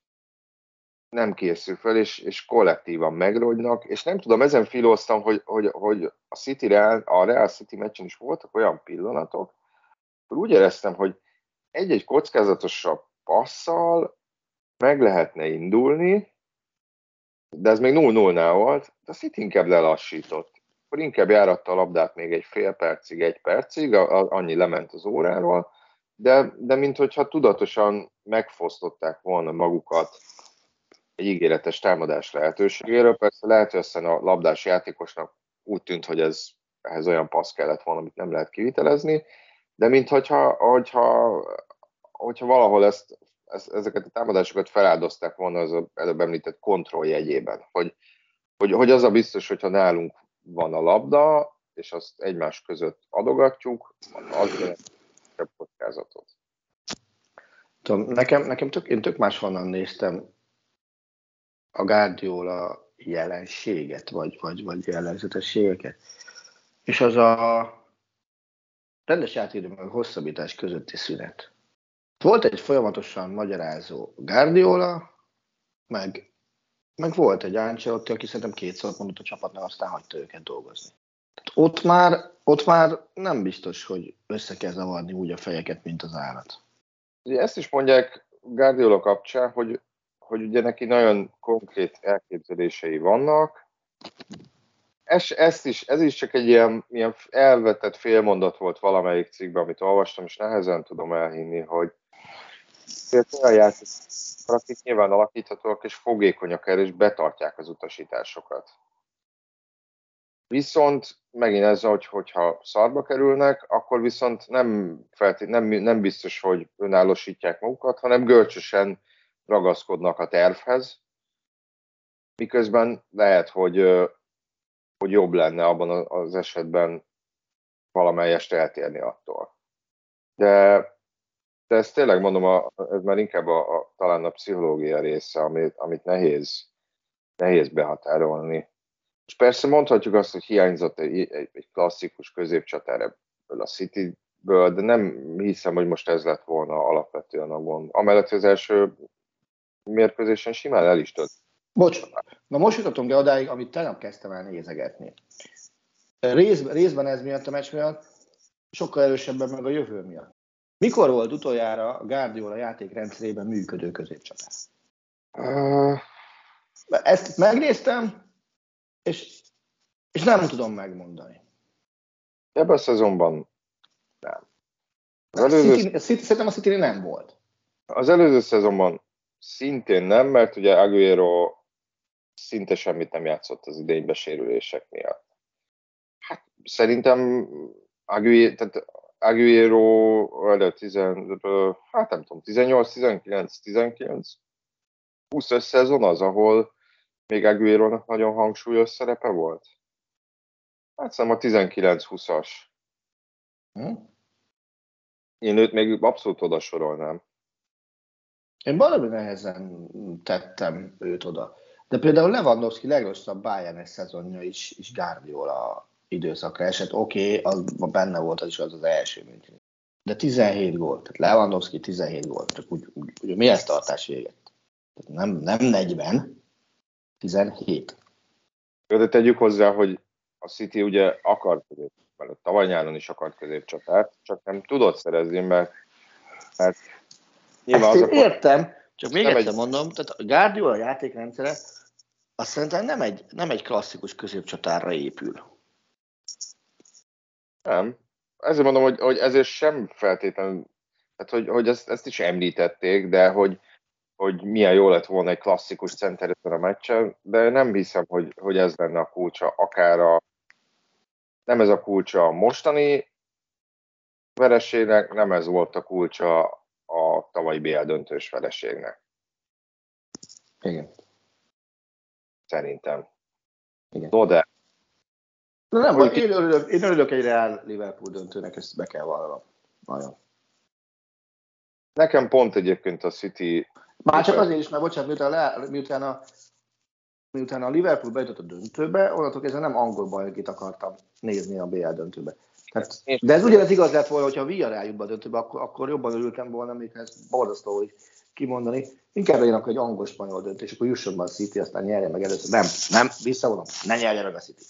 nem készül fel, és, és kollektívan megrogynak, és nem tudom, ezen filóztam, hogy, hogy, hogy a, City Real, a Real City meccsen is voltak olyan pillanatok, hogy úgy éreztem, hogy egy-egy kockázatosabb passzal meg lehetne indulni, de ez még nulla nulla volt, de a City inkább lelassított. Akkor inkább járatta a labdát még egy fél percig, egy percig, annyi lement az óráról, de, de minthogyha tudatosan megfosztották volna magukat egy ígéretes támadás lehetőségéről. Persze lehet, hogy aztán a labdás játékosnak úgy tűnt, hogy ez, ehhez olyan passz kellett volna, amit nem lehet kivitelezni, de minthogyha hogyha, hogyha valahol ezt, ezt, ezeket a támadásokat feláldozták volna az előbb említett kontroll jegyében, hogy, hogy, hogy az a biztos, hogyha nálunk van a labda, és azt egymás között adogatjuk, az jelentősebb kockázatot. Tudom, nekem, nekem tök, én tök máshonnan néztem a Guardiola jelenséget, vagy, vagy, vagy jellegzetességeket. És az a rendes játékidő meg a hosszabbítás közötti szünet. Volt egy folyamatosan magyarázó Guardiola, meg, meg volt egy Ancelotti, aki szerintem kétszor mondott a csapatnak, aztán hagyta őket dolgozni. Tehát ott már, ott már nem biztos, hogy össze kell zavarni úgy a fejeket, mint az állat. Ugye ezt is mondják Guardiola kapcsán, hogy hogy ugye neki nagyon konkrét elképzelései vannak. Ez, ezt is, ez is csak egy ilyen, ilyen elvetett félmondat volt valamelyik cikkben, amit olvastam, és nehezen tudom elhinni, hogy olyan játék, akik nyilván alakíthatóak és fogékonyak el, és betartják az utasításokat. Viszont megint ez, hogy, hogyha szarba kerülnek, akkor viszont nem, feltét, nem, nem biztos, hogy önállósítják magukat, hanem görcsösen ragaszkodnak a tervhez, miközben lehet, hogy, hogy jobb lenne abban az esetben valamelyest eltérni attól. De, de ezt tényleg mondom, a, ez már inkább a, a, talán a pszichológia része, amit, amit nehéz, nehéz behatárolni. És persze mondhatjuk azt, hogy hiányzott egy, egy, egy klasszikus középcsatár ebből a Cityből, de nem hiszem, hogy most ez lett volna alapvetően a gond. Amellett, hogy az első mérkőzésen simán el is tört. Bocs, na most jutottunk el odáig, amit tegnap kezdtem el nézegetni. Rész, részben ez miatt a meccs miatt, sokkal erősebben meg a jövő miatt. Mikor volt utoljára a Guardiola játékrendszerében működő középcsatár? Uh... Ezt megnéztem, és, és nem tudom megmondani. Ebben a szezonban nem. Az előző... City, City, szerintem a City nem volt. Az előző szezonban szintén nem, mert ugye Aguero szinte semmit nem játszott az idénybe sérülések miatt. Hát szerintem Aguero, tehát Aguero előtt tíz, hát nem tudom, tizennyolc, tizenkilenc, tizenkilenc, húszas szezon az, ahol még Aguero-nak nagyon hangsúlyos szerepe volt. Hát szerintem a tizenkilenc húszas. Hm? Én őt még abszolút oda sorolnám. Én valami nehezen tettem őt oda. De például Lewandowski legrosszabb Bayern-es szezonja is, is Guardiola időszakra esett. Oké, okay, az benne volt, az is az az első München. De tizenhét gól. Tehát Lewandowski tizenhét gól. Csak úgy, úgy, úgy mi ezt tartás véget? Nem, nem negyven, tizenhét. De tegyük hozzá, hogy a City ugye akart középcsatát, tavaly nyáron is akart középcsatát, csak nem tudott szerezni, mert, mert nyilván ezt én értem, csak még egyszer egy... mondom, tehát a Guardiola játékrendszere azt szerintem nem egy, nem egy klasszikus középcsatárra épül. Nem. Ezért mondom, hogy, hogy ezért sem feltétlenül, tehát hogy, hogy ezt, ezt is említették, de hogy, hogy milyen jó lett volna egy klasszikus center a meccsen, de nem hiszem, hogy, hogy ez lenne a kulcsa, akár a, nem ez a kulcsa a mostani vereségnek, nem ez volt a kulcsa a tavalyi bé el döntős vereségnek. Igen. Szerintem. Igen. No, de... de nem, hogy én, örülök, én örülök egy Real Liverpool döntőnek, ezt be kell vallanom. Nagyon. Nekem pont egyébként a City... Már csak azért is, mert bocsánat, miután, le, miután, a, miután a Liverpool bejutott a döntőbe, onnantól kezdve nem angol bajnokit akartam nézni a bé el döntőbe. Tehát, de ez ugyanez igaz lett volna, hogyha a Villarreal jut be a döntőbe, akkor, akkor jobban örültem volna, még ez borzasztó, hogy kimondani. Inkább legyen akkor egy angol-spanyol döntő, és akkor jusson be a City, aztán nyerje meg először. Nem, nem, visszavonom, ne nyerje meg a City.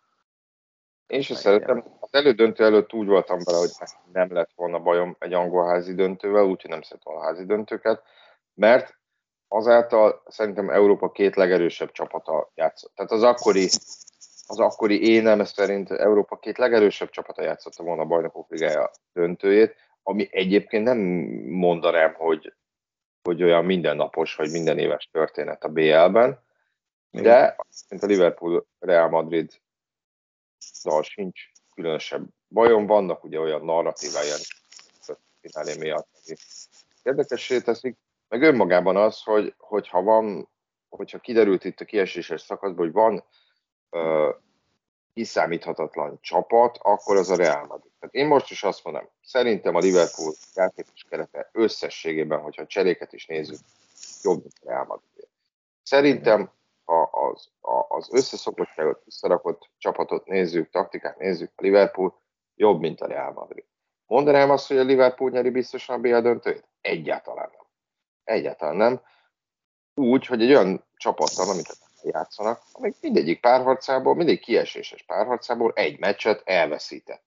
Én sem szeretem. Az elődöntő előtt úgy voltam vele, hogy nem lett volna bajom egy angol házi döntővel, úgyhogy nem szeretem a házi döntőket, mert azáltal szerintem Európa két legerősebb csapata játszott. Tehát az akkori, az akkori énem szerint Európa két legerősebb csapata játszotta volna a Bajnokok Ligája döntőjét, ami egyébként nem mondanám, hogy, hogy olyan mindennapos vagy minden éves történet a bé el-ben, de mint a Liverpool Real Madrid dal sincs különösebb bajom, vannak ugye olyan narratívája a finálé miatt, ami érdekessé teszik, meg önmagában az, hogy, hogyha van, hogyha kiderült itt a kieséses szakaszban, hogy van uh, kiszámíthatatlan csapat, akkor az a Real Madrid. Tehát én most is azt mondom, szerintem a Liverpool játékos kerete összességében, hogyha cseréket is nézzük, jobb, mint a Real Madrid. Szerintem ha az, az összeszokottságot, visszarakott csapatot nézzük, taktikát nézzük, a Liverpool jobb, mint a Real Madrid. Mondanám azt, hogy a Liverpool nyeri biztosan a bé el döntőjét? Egyáltalán nem. Egyáltalán nem. Úgy, hogy egy olyan csapattal, amit játszanak, amik mindegyik párharcából, mindegy kieséses párharcából egy meccset elveszített.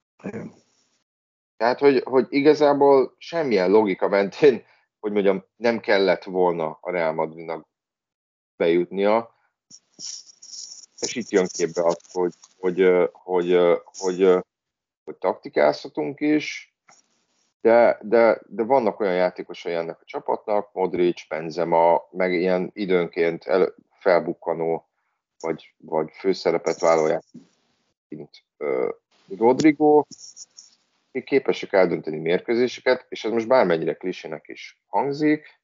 Tehát, hogy, hogy igazából semmilyen logika mentén, hogy mondjam, nem kellett volna a Real Madridnak bejutnia, és itt jön képbe az, hogy, hogy, hogy, hogy, hogy, hogy taktikázhatunk is, de, de, de vannak olyan játékosai ennek a csapatnak, Modric, Benzema, meg ilyen időnként el, felbukkanó, vagy, vagy főszerepet vállalják, mint uh, Rodrigo, akik képesek eldönteni mérkőzéseket, és ez most bármennyire klisének is hangzik.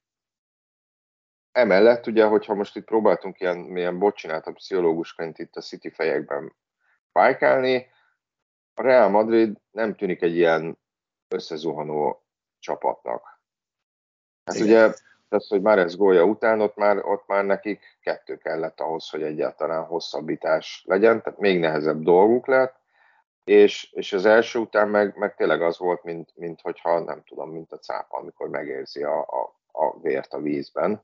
Emellett ugye, hogyha most itt próbáltunk ilyen, ilyen bocsináltabb pszichológusként itt a City fejekben pályálni, a Real Madrid nem tűnik egy ilyen összezuhanó csapatnak. Hát igen. Ugye, az, hogy már ez gólja után, ott már, ott már nekik kettő kellett ahhoz, hogy egyáltalán hosszabbítás legyen, tehát még nehezebb dolguk lett, és, és az első után meg, meg tényleg az volt, mint, mint hogyha, nem tudom, mint a cápa, amikor megérzi a, a, a vért a vízben.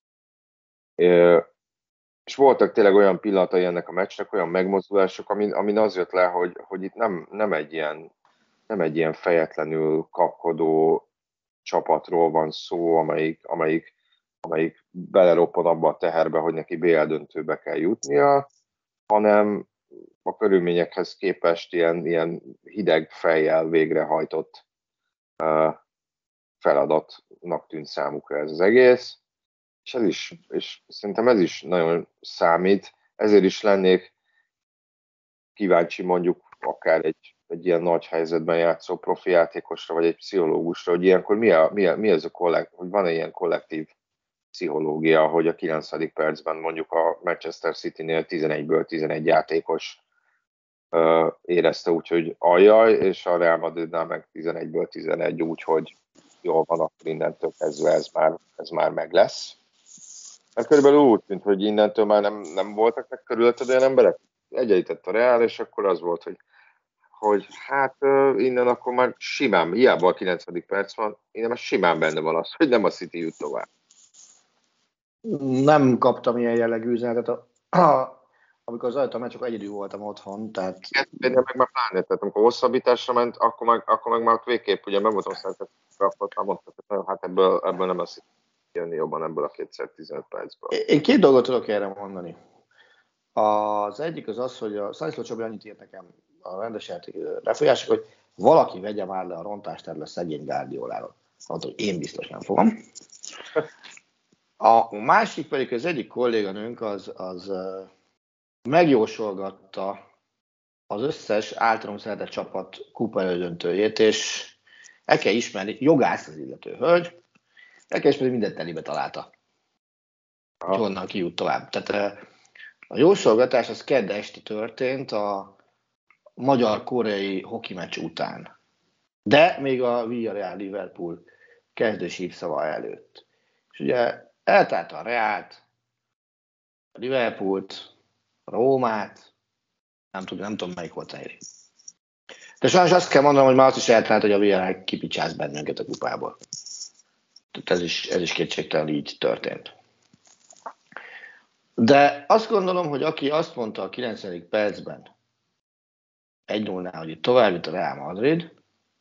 És voltak tényleg olyan pillanatai ennek a meccsnek, olyan megmozdulások, amin, amin az jött le, hogy, hogy itt nem, nem, egy ilyen, nem egy ilyen fejetlenül kapkodó csapatról van szó, amelyik, amelyik, amelyik beleroppan abba a teherbe, hogy neki bé el döntőbe kell jutnia, hanem a körülményekhez képest ilyen, ilyen hideg fejjel végrehajtott uh, feladatnak tűnt számukra ez az egész. És ez is, és szerintem ez is nagyon számít, ezért is lennék kíváncsi mondjuk akár egy, egy ilyen nagy helyzetben játszó profi játékosra, vagy egy pszichológusra, hogy ilyenkor mi, a, mi, a, mi ez a kollektív, hogy van-e ilyen kollektív pszichológia, hogy a kilencedik percben mondjuk a Manchester City-nél tizenegyből tizenegy játékos uh, érezte úgy, hogy ajjaj, és a Real Madridnál meg tizenegyből tizenegy úgy, hogy jól van, akkor innentől kezdve ez már, ez már meg lesz. Mert körülbelül úgy tűnt, hogy innentől már nem, nem voltak meg körülötted olyan emberek. Egyenlített a Real, és akkor az volt, hogy, hogy hát innen akkor már simán, hiába a kilencedik perc van, innen már simán benne van az, hogy nem a City jut tovább. Nem kaptam ilyen jellegű üzenetet, a, a, amikor zajlott a meccs, csak egyedül voltam otthon, tehát... Én meg már pláne, tehát amikor hosszabbításra ment, akkor meg, akkor meg már ott végképp, ugye megmondtam szerint, akkor már mondtam, hogy hát ebből, ebből nem lesz jönni jobban ebből a kétszer tizenöt percből. Én két dolgot tudok erre mondani. Az egyik az az, hogy a Szaniszló Csabi annyit írt nekem a rendes játék lefolyások, hogy valaki vegye már le a rontást erről a szegény Guardioláról. Mondta, hogy én biztos nem fogom. A másik pedig az egyik kolléganőnk az, az megjósolgatta az összes általunk szeretett csapat kupa elődöntőjét, és el kell ismerni, jogász az illető hölgy, el kell ismerni, mindent telibe találta. Hogy honnan kijut tovább. Tehát a jósolgatás az kedd este történt a magyar-koreai hoki meccs után. De még a Villarreal Liverpool kezdős hívszava előtt. És ugye eltálta a Reált, a Liverpoolt, a Rómát, nem tudom, nem tudom melyik volt a nyeri. De sajnos azt kell mondanom, hogy már azt is eltalált, hogy a Villarreal kipicsáz bennünket a kupából. Tehát ez is, ez is kétségtelen így történt. De azt gondolom, hogy aki azt mondta a kilencvenedik percben egy nullnál, hogy itt tovább jut a Real Madrid,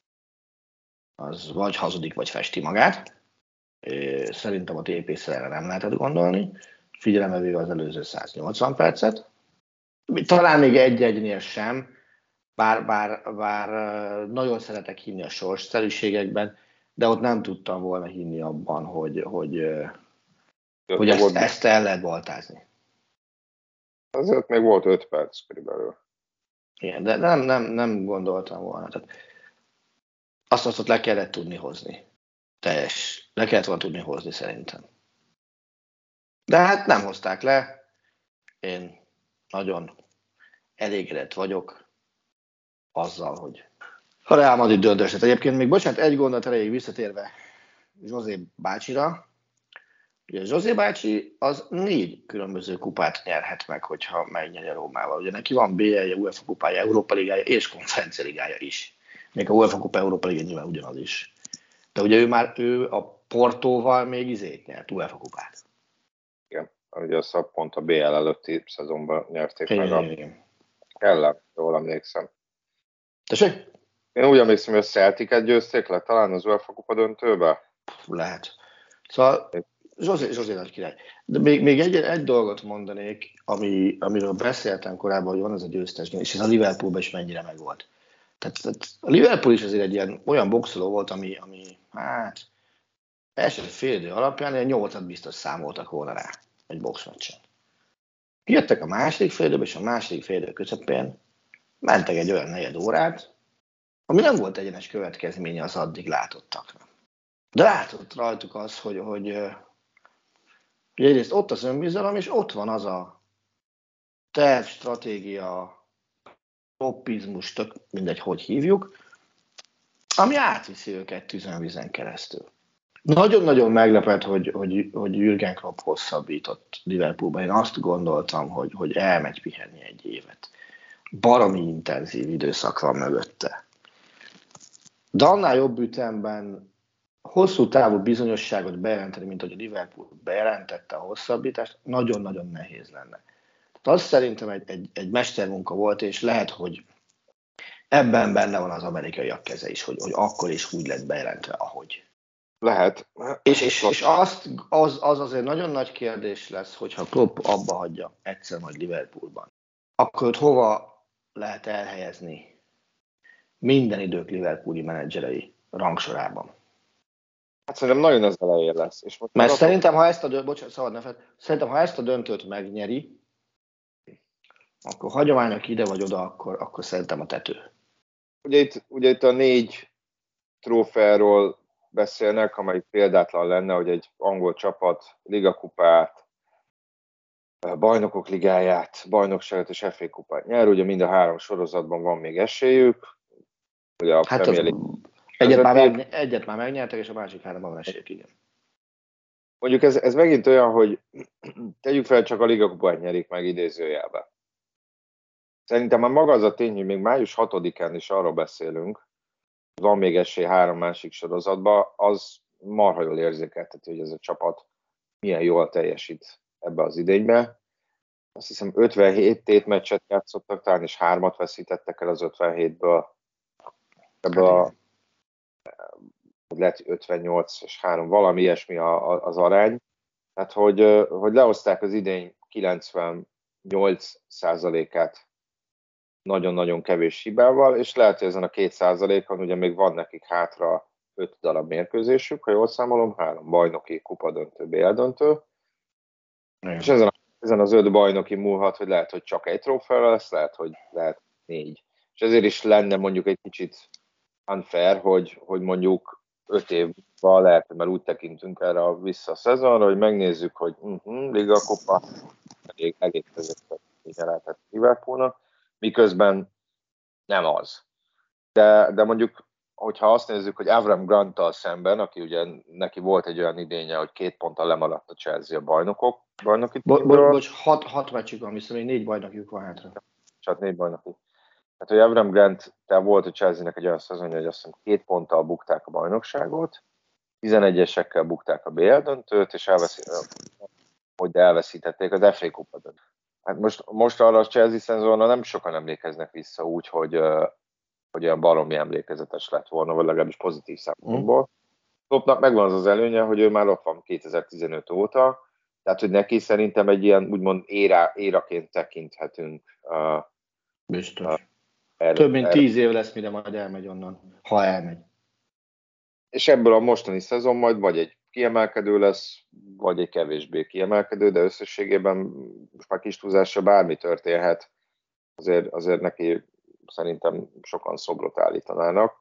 az vagy hazudik, vagy festi magát. Szerintem a té pé szerre nem lehetett gondolni, figyelembe véve az előző száznyolcvan percet. Talán még egy-egynél sem, bár, bár, bár nagyon szeretek hinni a sorsszerűségekben, de ott nem tudtam volna hinni abban, hogy, hogy, hogy ezt, ezt el lehet baltázni. Azért még volt öt perc körülbelül. Igen, de nem, nem, nem gondoltam volna. Tehát azt, azt ott le kellett tudni hozni. Teljes. Le kellett volna tudni hozni szerintem. De hát nem hozták le. Én nagyon elégedett vagyok azzal, hogy a Real Madrid döntős. Egyébként még bocsánat, egy gondolat elejéig visszatérve José bácsira. Ugye José bácsi az négy különböző kupát nyerhet meg, hogyha megnyeri a Rómával. Ugye neki van bé el-je, UEFA kupája, Európa ligája és Konferencia ligája is. Még a UEFA kupa, Európa ligája nyilván ugyanaz is. De ugye ő már ő a Portóval még izét nyert, UEFA kupát. Igen, ugye azt a pont a bé el előtti szezonban nyerték igen, meg a igen. Kellem, jól emlékszem. Tessék? Én úgy emlékszem, hogy a Celtic-et győzték le talán az UEFA kupa döntőbe. Lehet. Szóval Zsozé, Zsozé nagy király. De még, még egy, egy dolgot mondanék, ami, amiről beszéltem korábban, hogy van ez a győztes, és ez a Liverpoolban is mennyire megvolt. Tehát, tehát a Liverpool is azért egy ilyen olyan boxoló volt, ami, ami hát első fél idő alapján ilyen nyolcat biztos számoltak volna rá egy boxmeccsen. Jöttek a második fél időben, és a második fél idő közepén mentek egy olyan negyed órát, ami nem volt egyenes következménye az addig látottaknak. De látott rajtuk az, hogy, hogy, hogy egyrészt ott az önbizalom, és ott van az a terv, stratégia, optimizmus, tök mindegy, hogy hívjuk, ami átviszi őket tüzönvízen keresztül. Nagyon-nagyon meglepett, hogy, hogy, hogy Jürgen Klopp hosszabbított Liverpoolban. Én azt gondoltam, hogy, hogy elmegy pihenni egy évet. Baromi intenzív időszak van mögötte. De annál jobb ütemben hosszú távú bizonyosságot bejelenteni, mint hogy a Liverpool bejelentette a hosszabbítást, nagyon-nagyon nehéz lenne. Tehát az szerintem egy, egy, egy mestermunka volt, és lehet, hogy ebben benne van az amerikaiak keze is, hogy, hogy akkor is úgy lett bejelentve, ahogy. Lehet. És, és, és azt, az, az azért nagyon nagy kérdés lesz, hogyha Klopp abba hagyja egyszer majd Liverpoolban. Akkor ott hova lehet elhelyezni minden idők Liverpooli menedzserei rangsorában? Hát szerintem nagyon az elején lesz. És most Mert szerintem, ha ezt a döntőt, bocsánat, szabad ne fel, szerintem, ha ezt a döntőt megnyeri, akkor hagyományok ide vagy oda, akkor, akkor szerintem a tető. Ugye itt, ugye itt a négy trófeáról beszélnek, amely példátlan lenne, hogy egy angol csapat ligakupát, bajnokok ligáját, bajnokságot és ef á kupát nyer. Ugye mind a három sorozatban van még esélyük. Ugye a hát Premier League egyet, már meg, egyet már megnyertek, és a másik háromban van esélyük, igen. Mondjuk ez, ez megint olyan, hogy tegyük fel, csak a ligakupát nyerik meg idézőjelbe. Szerintem már maga az a tény, hogy még május hatodikán is arról beszélünk, van még esély három másik sorozatban, az marha jól érzékelteti, hogy ez a csapat milyen jól teljesít ebbe az idénybe. Azt hiszem ötvenhét tétmeccset játszottak talán, és hármat veszítettek el az ötvenhétből. Ebből a, lehet ötvennyolc és három, valami ilyesmi az arány. Tehát, hogy, hogy lehozták az idény kilencvennyolc százalékát nagyon-nagyon kevés hibával, és lehet, hogy ezen a két százalékon ugye még van nekik hátra öt darab mérkőzésük, ha jól számolom, három bajnoki, kupadöntő, bé el döntő. És ezen, ezen az öt bajnoki múlhat, hogy lehet, hogy csak egy trófea lesz, lehet, hogy lehet négy. És ezért is lenne mondjuk egy kicsit unfair, hogy, hogy mondjuk öt évvel lehet, hogy már úgy tekintünk erre a vissza a szezonra, hogy megnézzük, hogy uh-huh, Liga Kupa elég, elég közöttesen lehetett Liverpoolnak, miközben nem az. De, de mondjuk, hogyha azt nézzük, hogy Avram Granttal szemben, aki ugye neki volt egy olyan idénye, hogy két ponttal lemaradt a Chelsea a bajnokok, bajnoki Bo- bo- bocs, hat, hat meccsük van, viszont még négy bajnokjuk van hátra. Csak négy bajnoki. Hát, hogy Avram Grant, te volt a Chelsea-nek egy olyan szezonja, hogy azt hiszem két ponttal bukták a bajnokságot, tizenegyesekkel bukták a bé el döntőt, és elveszítették, hogy elveszítették az ef á Kupa döntőt. Hát most, most arra a Chelsea szezonra nem sokan emlékeznek vissza úgy, hogy, hogy olyan baromi emlékezetes lett volna, vagy legalábbis pozitív szempontból. Mm. Kloppnak megvan az az előnye, hogy ő már ott van kétezer-tizenöt óta, tehát hogy neki szerintem egy ilyen úgymond éra, éraként tekinthetünk. Uh, Biztos. Uh, erre, Több mint erre. tíz év lesz, mire majd elmegy onnan, ha elmegy. És ebből a mostani szezon majd vagy egy kiemelkedő lesz, vagy egy kevésbé kiemelkedő, de összességében most már kis túlzásra bármi történhet. Azért, azért neki szerintem sokan szobrot állítanának.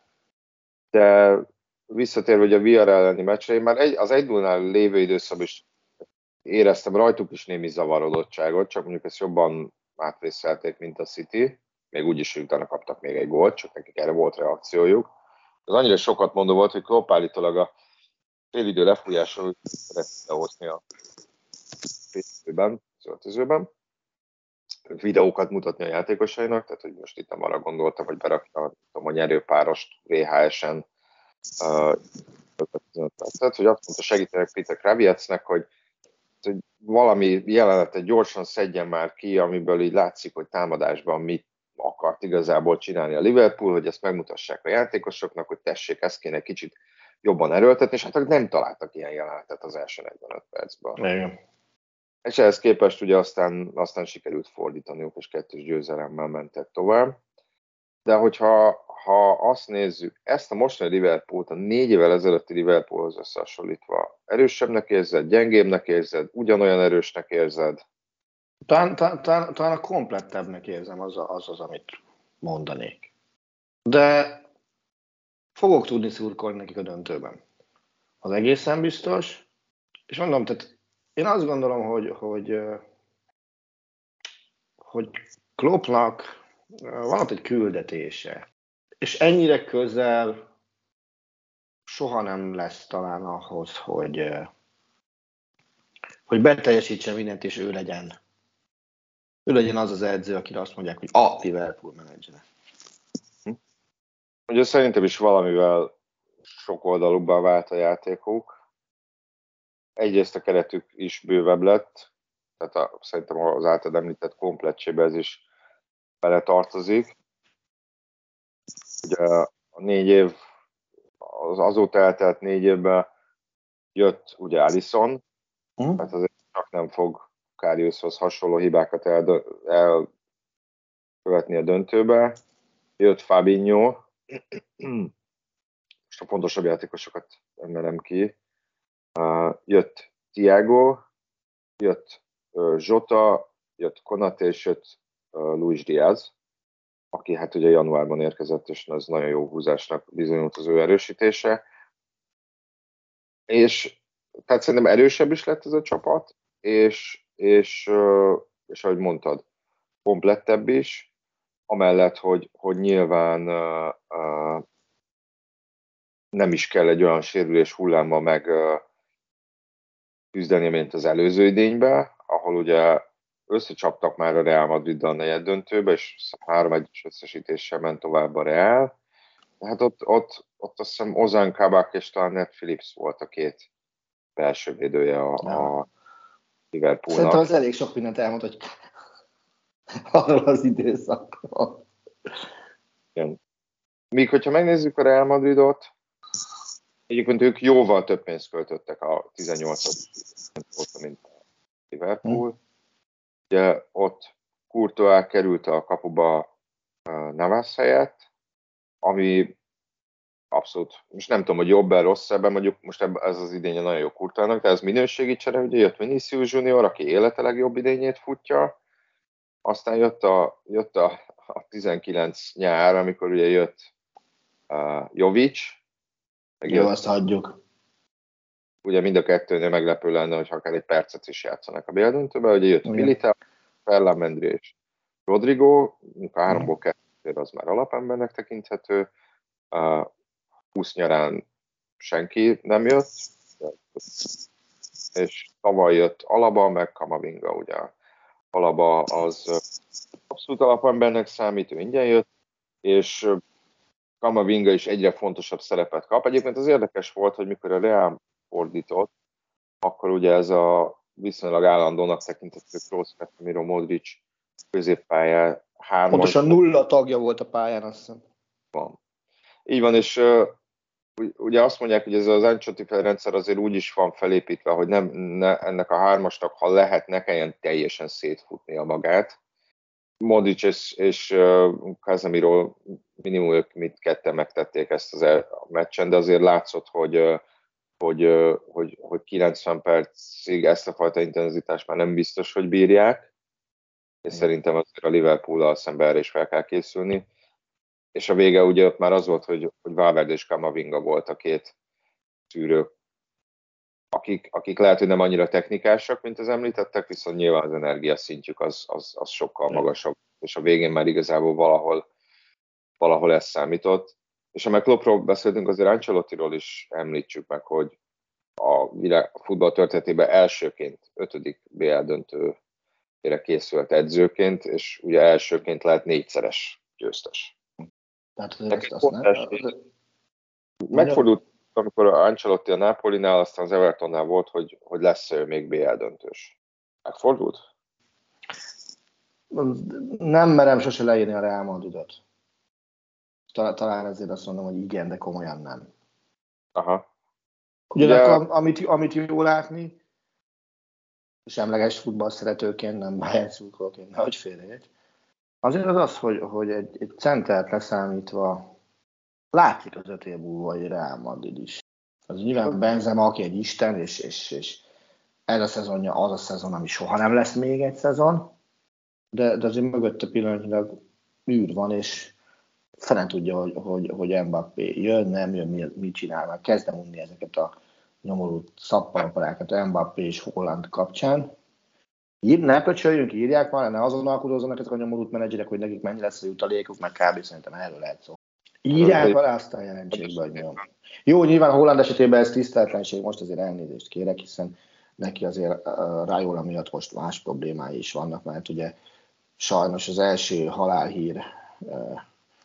De visszatérve, hogy a Villarreal elleni meccsre, én már egy, az egy nullnál lévő időszakban is éreztem rajtuk is némi zavarodottságot, csak mondjuk ezt jobban átvészelték, mint a City. Még úgyis, hogy utána kaptak még egy gólt, csak nekik erre volt reakciójuk. Az annyira sokat mondó volt, hogy Klopp állítólag a félidő lefújásról szeretne lehozni a félidőben, az öltözőben, videókat mutatni a játékosainak, tehát hogy most itt nem arra gondoltam, hogy berakja a nyerőpárost vé há es-en uh, tehát, hogy azt mondta, segítenek Peter Kraviecnek, hogy, hogy valami jelenetet gyorsan szedjen már ki, amiből így látszik, hogy támadásban mit akart igazából csinálni a Liverpool, hogy ezt megmutassák a játékosoknak, hogy tessék, ezt kéne kicsit jobban erőltetni, és hát nem találtak ilyen jelenetet az első negyvenöt percben. Igen. És ehhez képest ugye aztán, aztán sikerült fordítaniuk, és kettős győzelemmel mentek tovább. De hogyha ha azt nézzük, ezt a mostani Liverpoolt a négy évvel ezelőtti Liverpoolhoz összehasonlítva, erősebbnek érzed, gyengébbnek érzed, ugyanolyan erősnek érzed? Talán, talán, talán, talán a komplettebbnek érzem az, az az, amit mondanék. De fogok tudni szurkolni nekik a döntőben. Az egészen biztos. És mondom, tehát én azt gondolom, hogy, hogy, hogy Kloppnak van ott egy küldetése. És ennyire közel soha nem lesz talán ahhoz, hogy, hogy beteljesítse mindent, és ő legyen. Ő legyen az az edző, akire azt mondják, hogy a Liverpool menedzser. Ugye szerintem is valamivel sokoldalúbbá vált a játékuk. Egyrészt a keretük is bővebb lett, tehát a, szerintem az által említett komplettsébe ez is bele tartozik. Ugye a négy év, az azóta eltelt négy évben jött ugye Alisson, mm. tehát azért csak nem fog Kariushoz hasonló hibákat eldö- elkövetni a döntőbe. Jött Fabinho, most a fontosabb játékosokat emelem ki. Uh, jött Thiago, jött uh, Jota, jött Konaté, és jött uh, Luis Diaz, aki hát ugye januárban érkezett, és ez nagyon jó húzásnak bizonyult az ő erősítése. És tehát szerintem erősebb is lett ez a csapat, és, és, uh, és ahogy mondtad, komplettebb is, amellett, hogy, hogy nyilván uh, uh, nem is kell egy olyan sérülés hullámmal meg uh, küzdeni, mint az előző idényben, ahol ugye összecsaptak már a Real Madriddal a negyed döntőbe, és három egyes összesítéssel ment tovább a Real. Tehát ott, ott, ott azt hiszem Ozan Kabak és talán Ned Phillips volt a két belső védője a, a Liverpoolnak. Szerintem az elég sok mindent elmond, hogy arról az időszakról. Igen. Míg hogyha megnézzük a Real Madridot, egyébként ők jóval több pénzt költöttek a tizennyolcas óta, mint a Liverpool. Hmm. Ugye ott Courtois került a kapuba Navas helyett, ami abszolút, most nem tudom, hogy jobb-e, rosszabb-e, mondjuk most ez az idénye nagyon jó Courtoisnak, de ez minőségi csere, ugye jött Vinicius Junior, aki élete legjobb idényét futja, aztán jött a, jött a, a tizenkilenc nyár, amikor ugye jött uh, Jovic. Jó, jött, azt hagyjuk. Ugye mind a kettőnél meglepő lenne, hogy akár egy percet is játszanak a bé el döntőben, ugye jött Militao, Ferland Mendy és Rodrigo, a háromból kettő az már alapembernek tekinthető, uh, húsz nyarán senki nem jött, és tavaly jött Alaba, meg Camavinga, ugye. Alaba az abszolút alapembernek számít, ő ingyen jött, és Camavinga is egyre fontosabb szerepet kap. Egyébként az érdekes volt, hogy mikor a Real fordított, akkor ugye ez a viszonylag állandónak tekinthető Kroos, Casemiro, Modric középpályá hármas. Pontosan nulla tagja volt a pályán, azt hiszem. Van. Így van, és uh, ugye azt mondják, hogy ez az Ancelotti rendszer azért úgy is van felépítve, hogy nem, ne, ennek a hármasnak, ha lehet, ne kelljen teljesen szétfutnia magát. Modric és, és uh, Casemiro minimum ők mit ketten megtették ezt az el, a meccsen, de azért látszott, hogy, uh, hogy, uh, hogy, hogy kilencven percig ezt a fajta intenzitást már nem biztos, hogy bírják, és szerintem azért a Liverpool-al szemben erre is fel kell készülni. És a vége ugye ott már az volt, hogy, hogy Valverde és Camavinga volt a két szűrő, akik, akik lehet, hogy nem annyira technikásak, mint az említettek, viszont nyilván az energiaszintjük az, az, az sokkal magasabb, és a végén már igazából valahol, valahol ez számított. És ha meg Kloppról beszéltünk, azért Ancelottiról is említsük meg, hogy a, világ, a futball történetében elsőként ötödik bé el döntőre készült edzőként, és ugye elsőként lehet négyszeres győztes. Tehát ezt azt nem... Megfordult, amikor Ancelotti a Napolinál, aztán az Evertonnál volt, hogy, hogy lesz ő még bé el döntős. Megfordult? Nem merem sose leírni a Real Madridot. Talán ezért azt mondom, hogy igen, de komolyan nem. Aha. Ugyanakkor, Ugye... amit, amit jó látni, semleges futballszeretőként, nem Bayern szurkolóként, nehogy félreérts. Azért az az, hogy, hogy egy, egy centert leszámítva látszik az öt év múlva, hogy Real Madrid is. Az nyilván Benzema, aki egy isten, és, és, és ez a szezonja az a szezon, ami soha nem lesz még egy szezon, de, de azért mögötte pillanatnyilag űr van, és felen tudja, hogy, hogy, hogy Mbappé jön, nem jön, mit, mit csinál, már kezdem unni ezeket a nyomorult szappaparákat Mbappé és Holland kapcsán. Ír, ne pöcsöljünk, írják már, ne azon alkudozzanak ezek a nyomorult menedzserek, hogy nekik mennyi lesz a jutalékuk, meg kb. Szerintem erről lehet szó. Írják alá, aztán jelentsék be, hogy nyom. Jó, nyilván a Holland esetében ez tiszteletlenség, most azért elnézést kérek, hiszen neki azért uh, Raiola miatt most más problémái is vannak, mert ugye sajnos az első halálhír uh,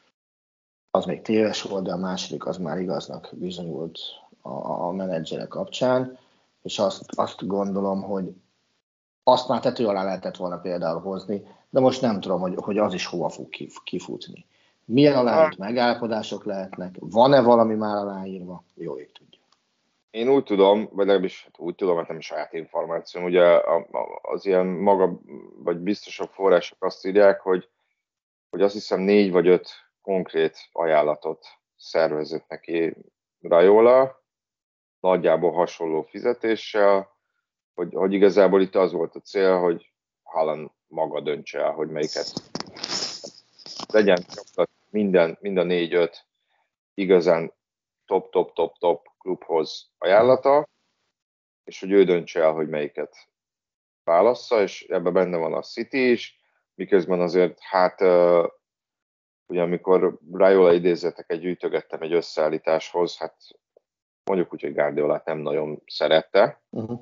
az még téves volt, de a második az már igaznak bizonyult a, a menedzsere kapcsán, és azt, azt gondolom, hogy azt már tető alá lehetett volna például hozni, de most nem tudom, hogy, hogy az is hova fog kifutni. Milyen aláírt megállapodások lehetnek, van-e valami már aláírva, jó ég tudja. Én úgy tudom, vagy legalábbis hát úgy tudom, mert nem is saját információm, ugye az ilyen maga, vagy biztosabb források azt írják, hogy, hogy azt hiszem négy vagy öt konkrét ajánlatot szervezett neki Raiola, nagyjából hasonló fizetéssel, hogy, hogy igazából itt az volt a cél, hogy Haaland maga döntse el, hogy melyiket legyen minden, minden négy-öt igazán top-top-top-top klubhoz ajánlata, és hogy ő döntse el, hogy melyiket válassza, és ebben benne van a City is, miközben azért hát ugye amikor Raiola idézeteket gyűjtögettem egy összeállításhoz, hát mondjuk úgy, hogy Guardiolát nem nagyon szerette, uh-huh.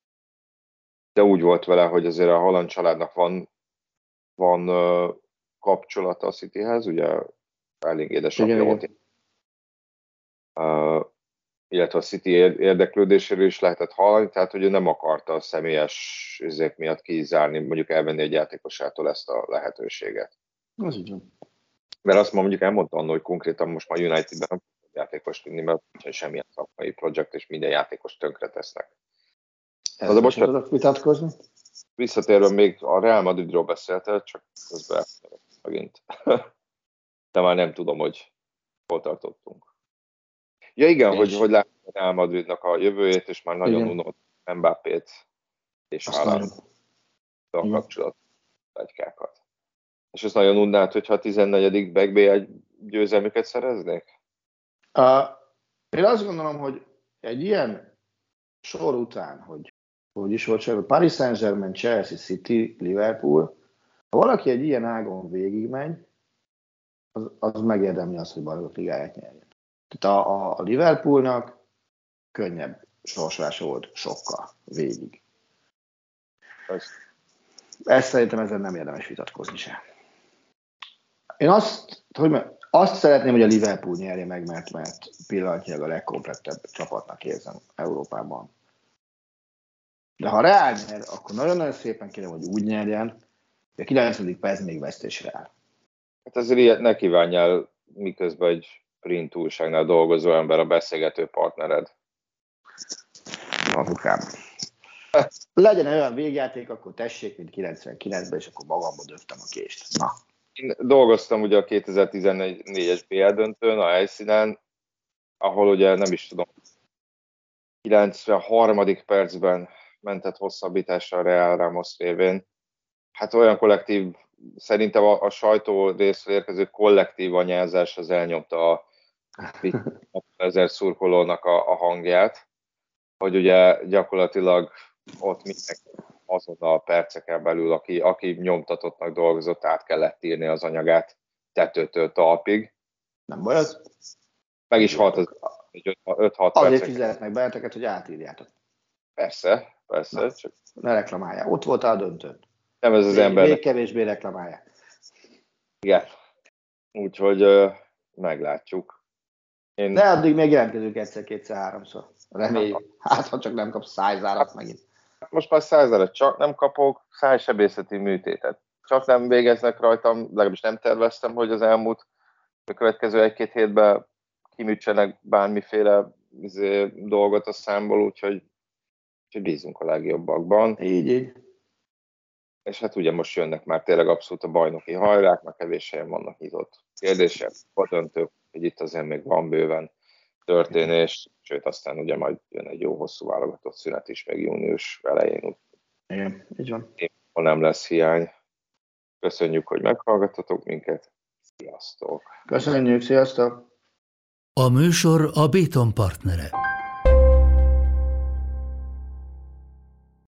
de úgy volt vele, hogy azért a Haaland családnak van, van uh, kapcsolata a Cityhez, ugye elég édesapja volt, uh, illetve a City érdeklődéséről is lehetett hallani, tehát hogy ő nem akarta a személyes üzék miatt kizárni, mondjuk elvenni egy játékosától ezt a lehetőséget. Az így van. Mert azt mondjuk elmondta annak, hogy konkrétan most már Unitedben nem tud játékos tudni, mert nincsen semmilyen szakmai projekt, és minden játékos tönkre tesznek. Ezt most tudok vitatkozni? Visszatérve még a Real Madridról beszéltél, csak közben megint. De már nem tudom, hogy hol tartottunk. Ja igen, és... hogy, hogy látjuk a Real Madridnak a jövőjét, és már nagyon unott Mbappét és Haaland a kapcsolat plegykákat. És ezt nagyon unnád, hogyha a tizennegyedik bé bé egy győzelmüket szereznék? Uh, én azt gondolom, hogy egy ilyen sor után, hogy hogy is volt sor, Paris Saint-Germain, Chelsea, City, Liverpool, ha valaki egy ilyen ágon végigmegy, az, az megérdemli azt, hogy bajnokok ligáját nyerjen. Tehát a, a Liverpoolnak könnyebb sorsolása volt sokkal végig. Ez... Ezt szerintem ezen nem érdemes vitatkozni sem. Én azt, hogy azt szeretném, hogy a Liverpool nyerje meg, mert, mert pillanatnyilag a legkomplettebb csapatnak érzem Európában. De ha Real nyer, akkor nagyon-nagyon szépen kérem, hogy úgy nyerjen, hogy a kilencedik perc még vesztésre áll. Hát azért ilyet ne kívánjál, miközben egy print újságnál dolgozó ember a beszélgető partnered. Azukám. Legyen olyan végjáték, akkor tessék, mint kilencvenkilencben, és akkor magamba döftem a kést. Na. Én dolgoztam ugye a kétezer-tizennégyes bé el döntőn a helyszínen, ahol ugye nem is tudom, kilencvenharmadik percben mentett hosszabbításra a Real Ramos révén. Hát olyan kollektív, szerintem a, a sajtó részről érkező kollektív anyázás az elnyomta a ezer szurkolónak a, a hangját, hogy ugye gyakorlatilag ott mindenki azonnal perceken belül, aki, aki nyomtatottnak dolgozott, át kellett írni az anyagát tetőtől talpig. Nem baj, az... Meg is halt az öt-hat percen. Azért fizetnek benneteket, hogy átírjátok. Persze, persze. Na, csak... Ne reklamálják. Ott voltál a döntőn. Nem ez az még, ember. Még kevésbé reklamálják. Igen. Úgyhogy uh, meglátjuk. Én... De addig még jelentkezünk egyszer, kétszer, háromszor. Reméljük. Hát, ha csak nem kapsz szájzárat megint. Most már szájzárat csak nem kapok, szájsebészeti műtétet. Csak nem végeznek rajtam, legalábbis nem terveztem, hogy az elmúlt a következő egy-két hétben kiműtsenek bármiféle izé, dolgot a számból, úgyhogy, úgyhogy bízunk a legjobbakban. Így, így. És hát ugye most jönnek már tényleg abszolút a bajnoki hajrák, már kevés helyen vannak nyitott kérdések, a döntők, hogy itt azért még van bőven történés, sőt aztán ugye majd jön egy jó hosszú válogatott szünet is még június elején. Igen, így van. Ha nem lesz hiány. Köszönjük, hogy meghallgattatok minket. Sziasztok! Köszönjük, sziasztok! A műsor a Béton partnere.